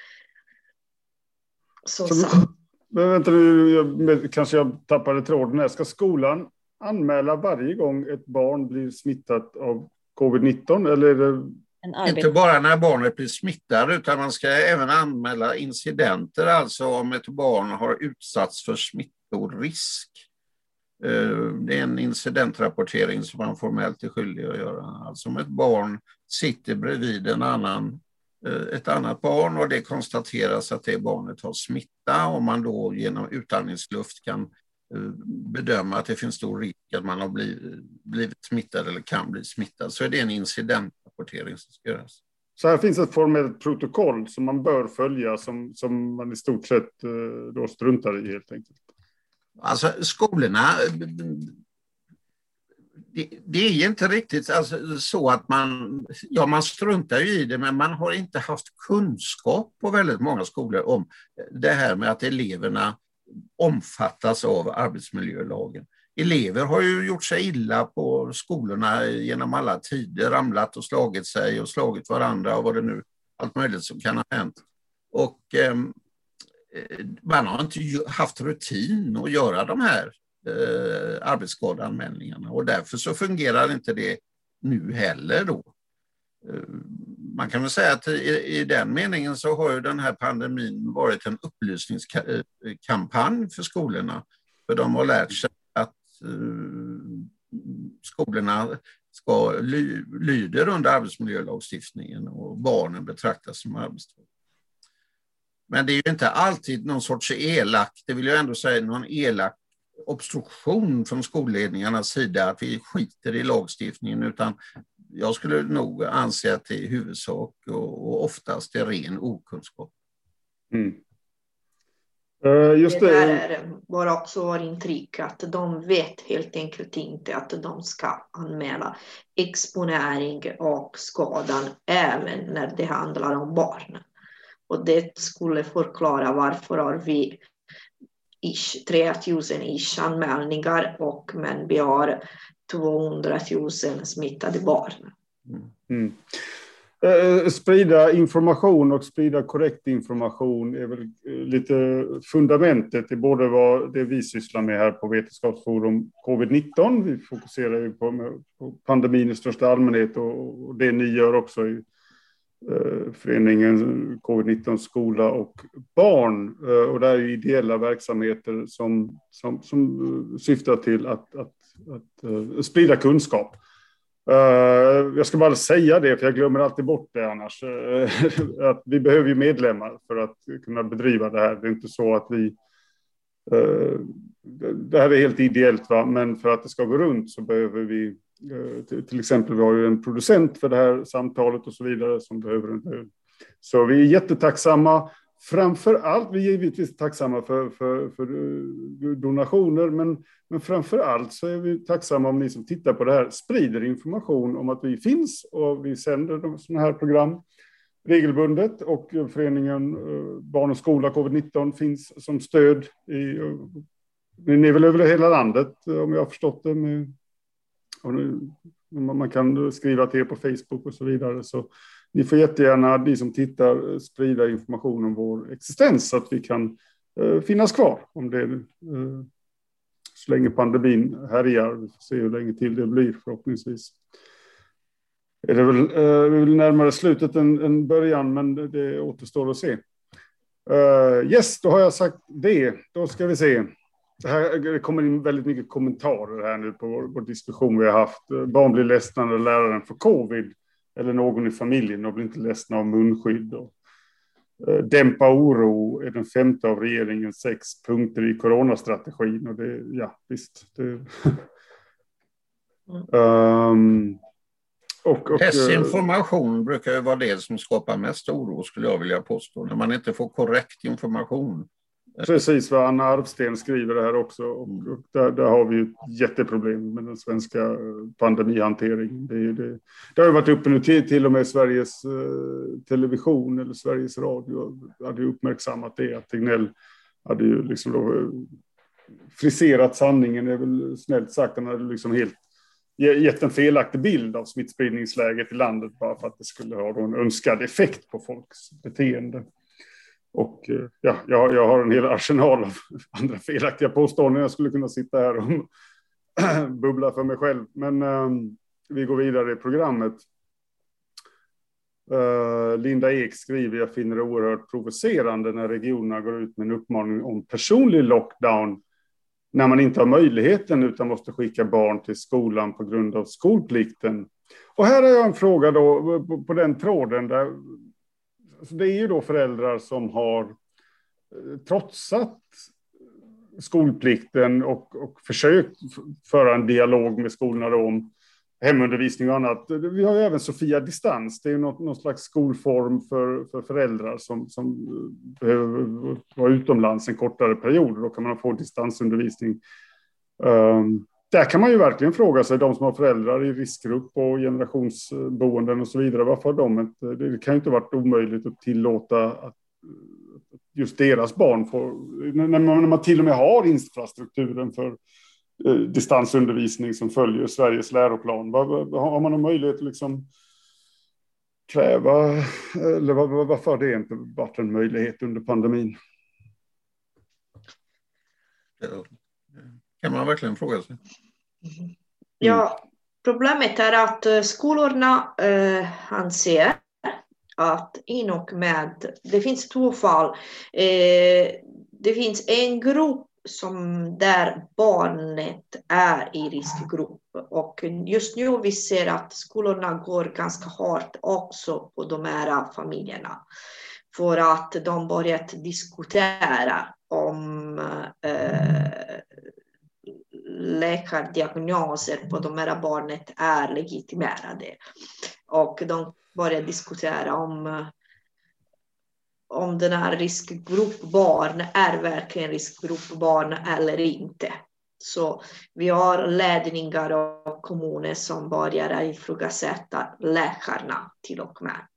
Men vänta nu, kanske jag tappade tråden här. Ska skolan anmäla varje gång ett barn blir smittat av covid-19? Eller är det... Inte bara när barnet blir smittat utan man ska även anmäla incidenter. Alltså om ett barn har utsatts för smittorisk. Det är en incidentrapportering som man formellt är skyldig att göra. Alltså om ett barn sitter bredvid ett annat barn och det konstateras att det barnet har smitta och man då genom utandningsluft kan bedöma att det finns stor risk att man har blivit smittad eller kan bli smittad, så är det en incidentrapportering som ska göras. Så här finns ett formellt protokoll som man bör följa som man i stort sett då struntar i helt enkelt. Alltså skolorna, det är inte riktigt alltså, så att man struntar ju i det, men man har inte haft kunskap på väldigt många skolor om det här med att eleverna omfattas av arbetsmiljölagen. Elever har ju gjort sig illa på skolorna genom alla tider, ramlat och slagit sig och slagit varandra och vad det nu, allt möjligt som kan ha hänt. Och man har inte haft rutin att göra de här arbetsskadeanmälningarna och därför så fungerar inte det nu heller då. Man kan väl säga att i den meningen så har ju den här pandemin varit en upplysningskampanj för skolorna. För de har lärt sig att skolorna lyder under arbetsmiljölagstiftningen och barnen betraktas som arbetstagare. Men det är ju inte alltid någon sorts det vill jag ändå säga, någon elak obstruktion från skolledningarnas sida att vi skiter i lagstiftningen, utan jag skulle nog anse att det är huvudsak och oftast är ren okunskap. Just det där var också vår intryck att de vet helt enkelt inte att de ska anmäla exponering och skadan även när det handlar om barn. Och det skulle förklara varför har vi 3000 anmälningar men vi har 200 000 smittade barn. Sprida information och sprida korrekt information är väl lite fundamentet i både vad det vi sysslar med här på Vetenskapsforum covid-19. Vi fokuserar ju på pandemin i största allmänhet och det ni gör också i föreningen covid-19 skola och barn, och det är ju ideella verksamheter som syftar till att sprida kunskap. Jag ska bara säga det, för jag glömmer alltid bort det annars, att vi behöver ju medlemmar för att kunna bedriva det här. Det är inte så att det här är helt ideellt, va? Men för att det ska gå runt så behöver vi till exempel, vi har ju en producent för det här samtalet och så vidare som behöver en. Så vi är jättetacksamma. Framför allt, vi är givetvis tacksamma för donationer, men framför allt så är vi tacksamma om ni som tittar på det här sprider information om att vi finns och vi sänder sådana här program regelbundet, och föreningen Barn och skola covid-19 finns som stöd ni är väl över hela landet om jag har förstått det. Man kan skriva till er på Facebook och så vidare, så ni får jättegärna, ni som tittar, sprida information om vår existens så att vi kan finnas kvar om det så länge pandemin härjar. Vi får se hur länge till det blir förhoppningsvis. Det är väl närmare slutet än början, men det återstår att se. Yes, då har jag sagt det. Då ska vi se. Det kommer in väldigt mycket kommentarer här nu på vår diskussion vi har haft. Barn blir ledsna när läraren får covid eller någon i familjen och blir inte ledsna av munskydd. Dämpa oro är den 5:e av regeringens 6 punkter i coronastrategin. Och det, ja, visst. Desinformation brukar ju vara det som skapar mest oro, skulle jag vilja påstå, när man inte får korrekt information. Precis vad Anna Arvsten skriver det här också. Och där har vi ett jätteproblem med den svenska pandemihanteringen. Det har ju varit uppe nu till och med Sveriges television eller Sveriges radio hade ju uppmärksammat det. Att Tegnell hade ju liksom då friserat sanningen, är väl snällt sagt. Han hade liksom helt gett en felaktig bild av smittspridningsläget i landet bara för att det skulle ha en önskad effekt på folks beteende. Och ja, jag har en hel arsenal av andra felaktiga påståenden. Jag skulle kunna sitta här och bubbla för mig själv. Men vi går vidare i programmet. Linda Ek skriver: jag finner det oerhört provocerande när regionerna går ut med en uppmaning om personlig lockdown när man inte har möjligheten utan måste skicka barn till skolan på grund av skolplikten. Och här har jag en fråga då på den tråden där. Det är ju då föräldrar som har trotsat skolplikten och försökt föra en dialog med skolorna om hemundervisning och annat. Vi har ju även Sofia Distans. Det är ju någon slags skolform för föräldrar som behöver vara utomlands en kortare period. Då kan man få distansundervisning. Där kan man ju verkligen fråga sig, de som har föräldrar i riskgrupp och generationsboenden och så vidare, varför de inte, det kan ju inte varit omöjligt att tillåta att just deras barn får, när man till och med har infrastrukturen för distansundervisning som följer Sveriges läroplan. Har man en möjlighet att liksom kräva, eller varför det inte varit en möjlighet under pandemin? Kan man verkligen fråga sig. Ja, problemet är att skolorna anser att in och med, det finns 2 fall. Det finns en grupp där barnet är i riskgrupp, och just nu vi ser att skolorna går ganska hårt också på de här familjerna för att de börjat diskutera om läkardiagnoser på de här barnet är legitimerade, och de börjar diskutera om den här riskgruppbarn är verkligen riskgruppbarn eller inte. Så vi har ledningar och kommuner som börjar ifrågasätta läkarna till och med.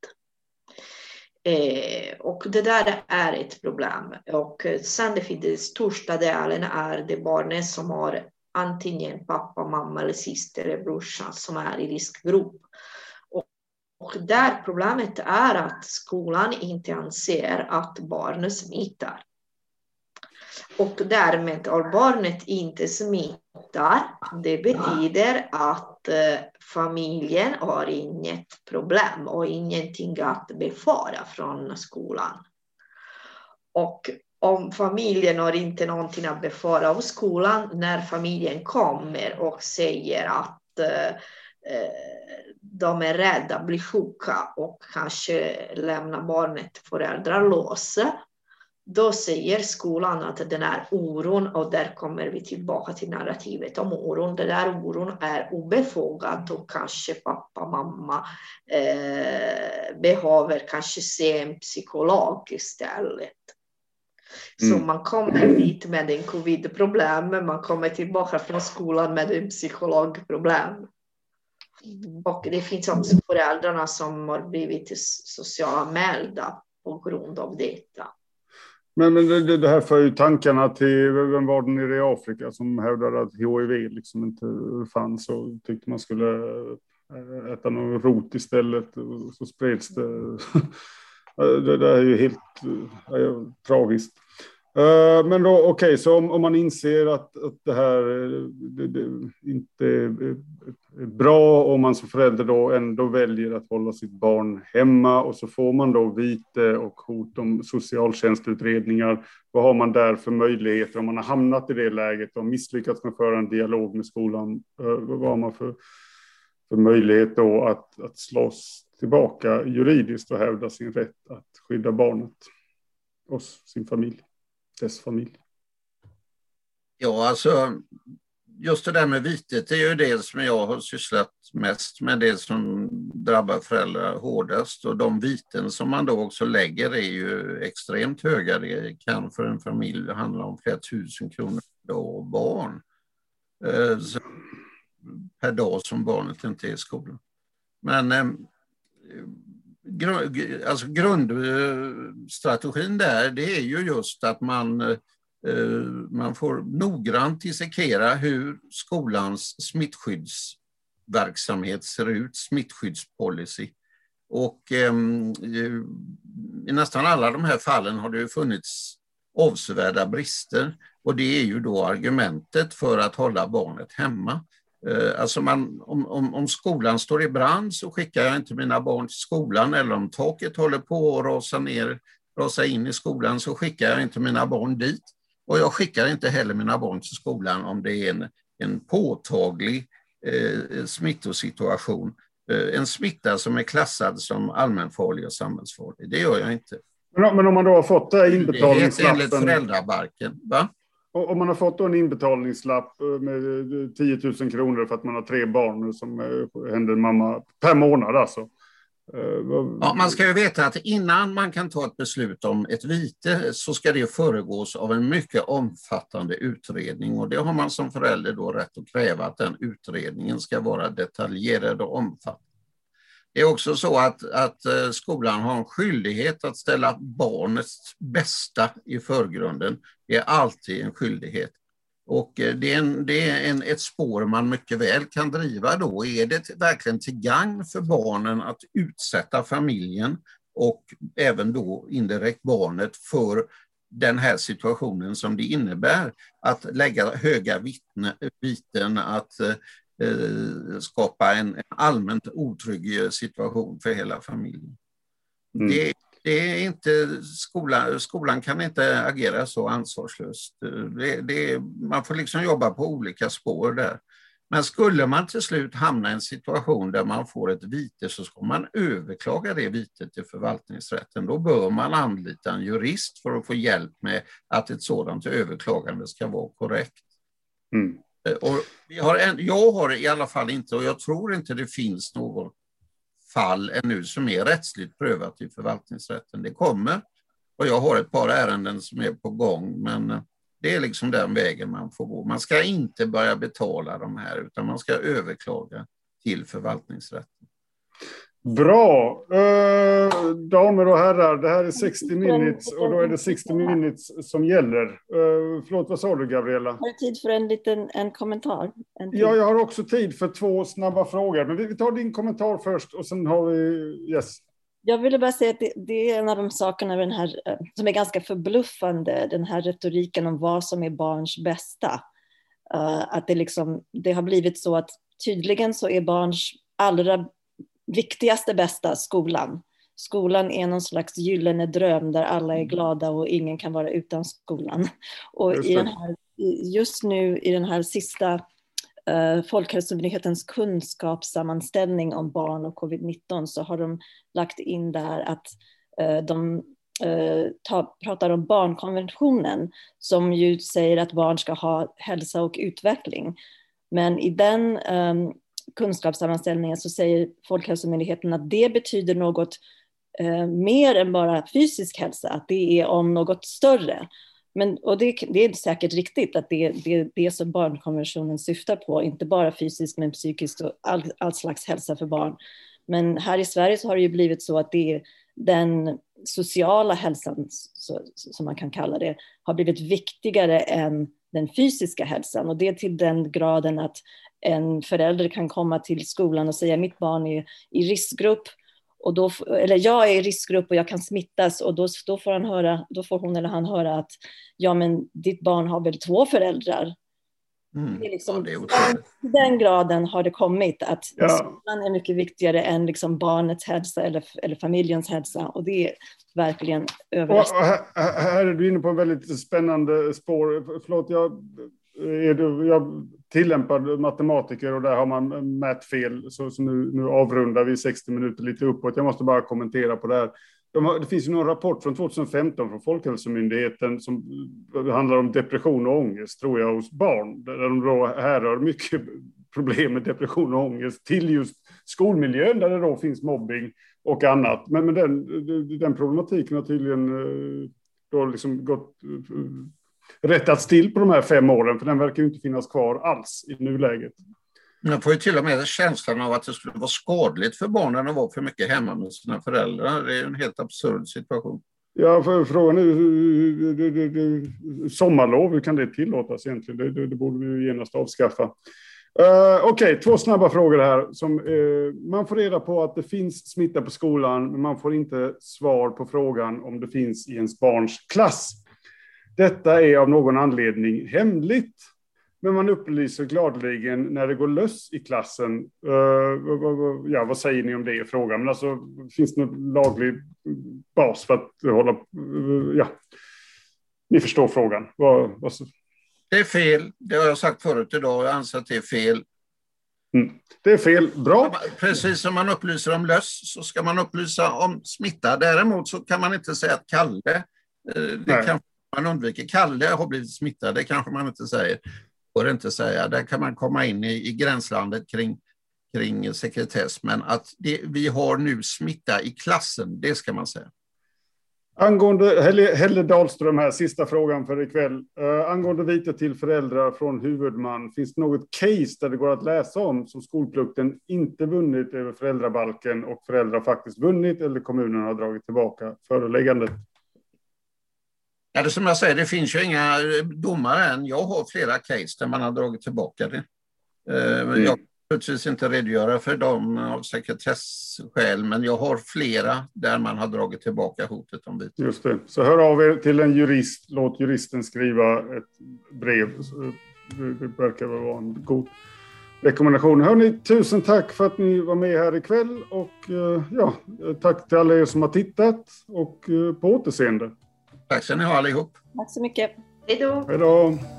Och det där är ett problem. Och sen det finns den största delen är det barnen som har antingen pappa, mamma eller syster eller brorsan som är i riskgrupp. Och där problemet är att skolan inte anser att barnet smittar. Och därmed om barnet inte smittar, det betyder att familjen har inget problem och ingenting att befara från skolan. Och om familjen har inte någonting att befara av skolan, när familjen kommer och säger att de är rädda, blir sjuka och kanske lämnar barnet föräldralös, då säger skolan att den här oron, och där kommer vi tillbaka till narrativet om oron, den där oron är obefogad och kanske pappa, mamma behöver kanske se en psykolog istället. Så man kommer dit med en covid-problem, men man kommer tillbaka från skolan med en psykologproblem. Och det finns också föräldrarna som har blivit socialanmälda på grund av detta. Men det här för ju tankarna till, vem var det nere i Afrika som hävdade att HIV liksom inte fanns och tyckte man skulle äta någon rot istället, och så spreds det. Det där är ju helt tragiskt. Men då, okej, så om man inser att det här det inte är bra, om man som förälder då ändå väljer att hålla sitt barn hemma, och så får man då vite och hot om socialtjänstutredningar. Vad har man där för möjligheter om man har hamnat i det läget och misslyckats med att föra en dialog med skolan? Vad har man för möjlighet då att slåss tillbaka juridiskt och hävda sin rätt att skydda barnet och sin familj? Dess familj. Ja, alltså just det där med vitet är ju det som jag har sysslat mest med, det som drabbar föräldrar hårdast, och de viten som man då också lägger är ju extremt höga. Det kan för en familj handla om flera tusen kronor per dag och barn per dag som barnet inte är i skolan. Men alltså grundstrategin där, det är ju just att man får noggrant dissekera hur skolans smittskyddsverksamhet ser ut, smittskyddspolicy. Och i nästan alla de här fallen har det ju funnits avsevärda brister, och det är ju då argumentet för att hålla barnet hemma. Alltså om skolan står i brand så skickar jag inte mina barn till skolan, eller om taket håller på att rasa in i skolan så skickar jag inte mina barn dit. Och jag skickar inte heller mina barn till skolan om det är en påtaglig smittosituation. En smitta som är klassad som allmänfarlig och samhällsfarlig. Det gör jag inte. Men om man då har fått det inbetalningslappen... Det är enligt föräldrabalken, va? Om man har fått en inbetalningslapp med 10 000 kronor för att man har 3 barn som händer mamma per månad alltså. Ja, man ska ju veta att innan man kan ta ett beslut om ett vite så ska det föregås av en mycket omfattande utredning, och det har man som förälder då rätt att kräva, att den utredningen ska vara detaljerad och omfattande. Det är också så att skolan har en skyldighet att ställa barnets bästa i förgrunden. Det är alltid en skyldighet. Och det är ett spår man mycket väl kan driva då. Är det verkligen till gagn för barnen att utsätta familjen och även då indirekt barnet för den här situationen som det innebär att lägga höga viten, att skapa en allmänt otrygg situation för hela familjen. Det är inte skolan kan inte agera så ansvarslöst. Man får liksom jobba på olika spår där. Men skulle man till slut hamna i en situation där man får ett vite, så ska man överklaga det vitet till förvaltningsrätten. Då bör man anlita en jurist för att få hjälp med att ett sådant överklagande ska vara korrekt. Och jag har i alla fall inte, och jag tror inte det finns något fall ännu som är rättsligt prövat i förvaltningsrätten. Det kommer, och jag har ett par ärenden som är på gång, men det är liksom den vägen man får gå. Man ska inte börja betala de här, utan man ska överklaga till förvaltningsrätten. Bra. Damer och herrar, det här är 60 minutes och då är det 60 minutes som gäller. Förlåt, vad sa du, Gabriella? Har du tid för en kommentar? Ja, jag har också tid för 2 snabba frågor. Men vi tar din kommentar först och sen har vi... Yes. Jag ville bara säga att det är en av de sakerna med den här, som är ganska förbluffande, den här retoriken om vad som är barns bästa. Att det har blivit så att tydligen så är barns allra viktigaste bästa skolan. Skolan är någon slags gyllene dröm där alla är glada och ingen kan vara utan skolan. Och just nu i den här sista Folkhälsomyndighetens kunskapssammanställning om barn och covid-19 så har de lagt in där att de pratar om barnkonventionen som ju säger att barn ska ha hälsa och utveckling. Men i den kunskapssammanställningen så säger Folkhälsomyndigheten att det betyder något mer än bara fysisk hälsa, att det är om något större. Och det är säkert riktigt att det är det som barnkonventionen syftar på, inte bara fysiskt men psykiskt och all slags hälsa för barn. Men här i Sverige så har det ju blivit så att det är den sociala hälsan, som man kan kalla det, har blivit viktigare än den fysiska hälsan. Och det är till den graden att en förälder kan komma till skolan och säga mitt barn är i riskgrupp Och då, eller jag är i riskgrupp och jag kan smittas, och då får hon eller han höra att ja, men ditt barn har väl 2 föräldrar. Det är liksom, i den graden har det kommit att skolan är mycket viktigare än liksom barnets hälsa eller familjens hälsa, och det är verkligen överraskande. Här är du inne på en väldigt spännande spår. Förlåt, jag tillämpar matematiker och där har man mätt fel, så nu avrundar vi 60 minuter lite uppåt. Jag måste bara kommentera på det här. Det finns ju någon rapport från 2015 från Folkhälsomyndigheten som handlar om depression och ångest, tror jag, hos barn. Där de då härrör mycket problem med depression och ångest till just skolmiljön, där det då finns mobbing och annat. Men den problematiken har tydligen då liksom rättats till på de här 5 åren, för den verkar ju inte finnas kvar alls i nuläget. Jag får ju till och med känslan av att det skulle vara skadligt för barnen att vara för mycket hemma med sina föräldrar. Det är en helt absurd situation. Ja, för frågan är sommarlov, hur kan det tillåtas egentligen? Det borde vi ju genast avskaffa. Okej, 2 snabba frågor här. Man får reda på att det finns smitta på skolan, men man får inte svar på frågan om det finns i ens barns klass. Detta är av någon anledning hemligt, men man upplyser gladeligen när det går löss i klassen. Vad säger ni om det i frågan? Men alltså, finns det någon laglig bas för att hålla... ni förstår frågan. Det är fel. Det har jag sagt förut idag. Jag anser att det är fel. Det är fel. Bra. Precis som man upplyser om löss så ska man upplysa om smitta. Däremot så kan man inte säga att Kalle... Det kan man undviker. Kalle har blivit smittad. Det kanske man inte säger. Får inte säga. Där kan man komma in i gränslandet kring sekretess. Men att vi har nu smitta i klassen, det ska man säga. Angående Helle Dahlström här, sista frågan för ikväll. Angående vite till föräldrar från huvudman, finns det något case där det går att läsa om som skolplikten inte vunnit över föräldrabalken och föräldrar faktiskt vunnit, eller kommunen har dragit tillbaka föreläggandet? Ja, det som jag säger, det finns ju inga domar än. Jag har flera case där man har dragit tillbaka det. Jag kan naturligtvis inte redogöra för dem av sekretesskäl, men jag har flera där man har dragit tillbaka hotet om vite. Just det. Så hör av er till en jurist. Låt juristen skriva ett brev. Det verkar vara en god rekommendation. Hörrni, tusen tack för att ni var med här ikväll. Och tack till alla er som har tittat. Och på återseende. Tack ska ni ha allihop. Tack så mycket. Hej då. Hej då.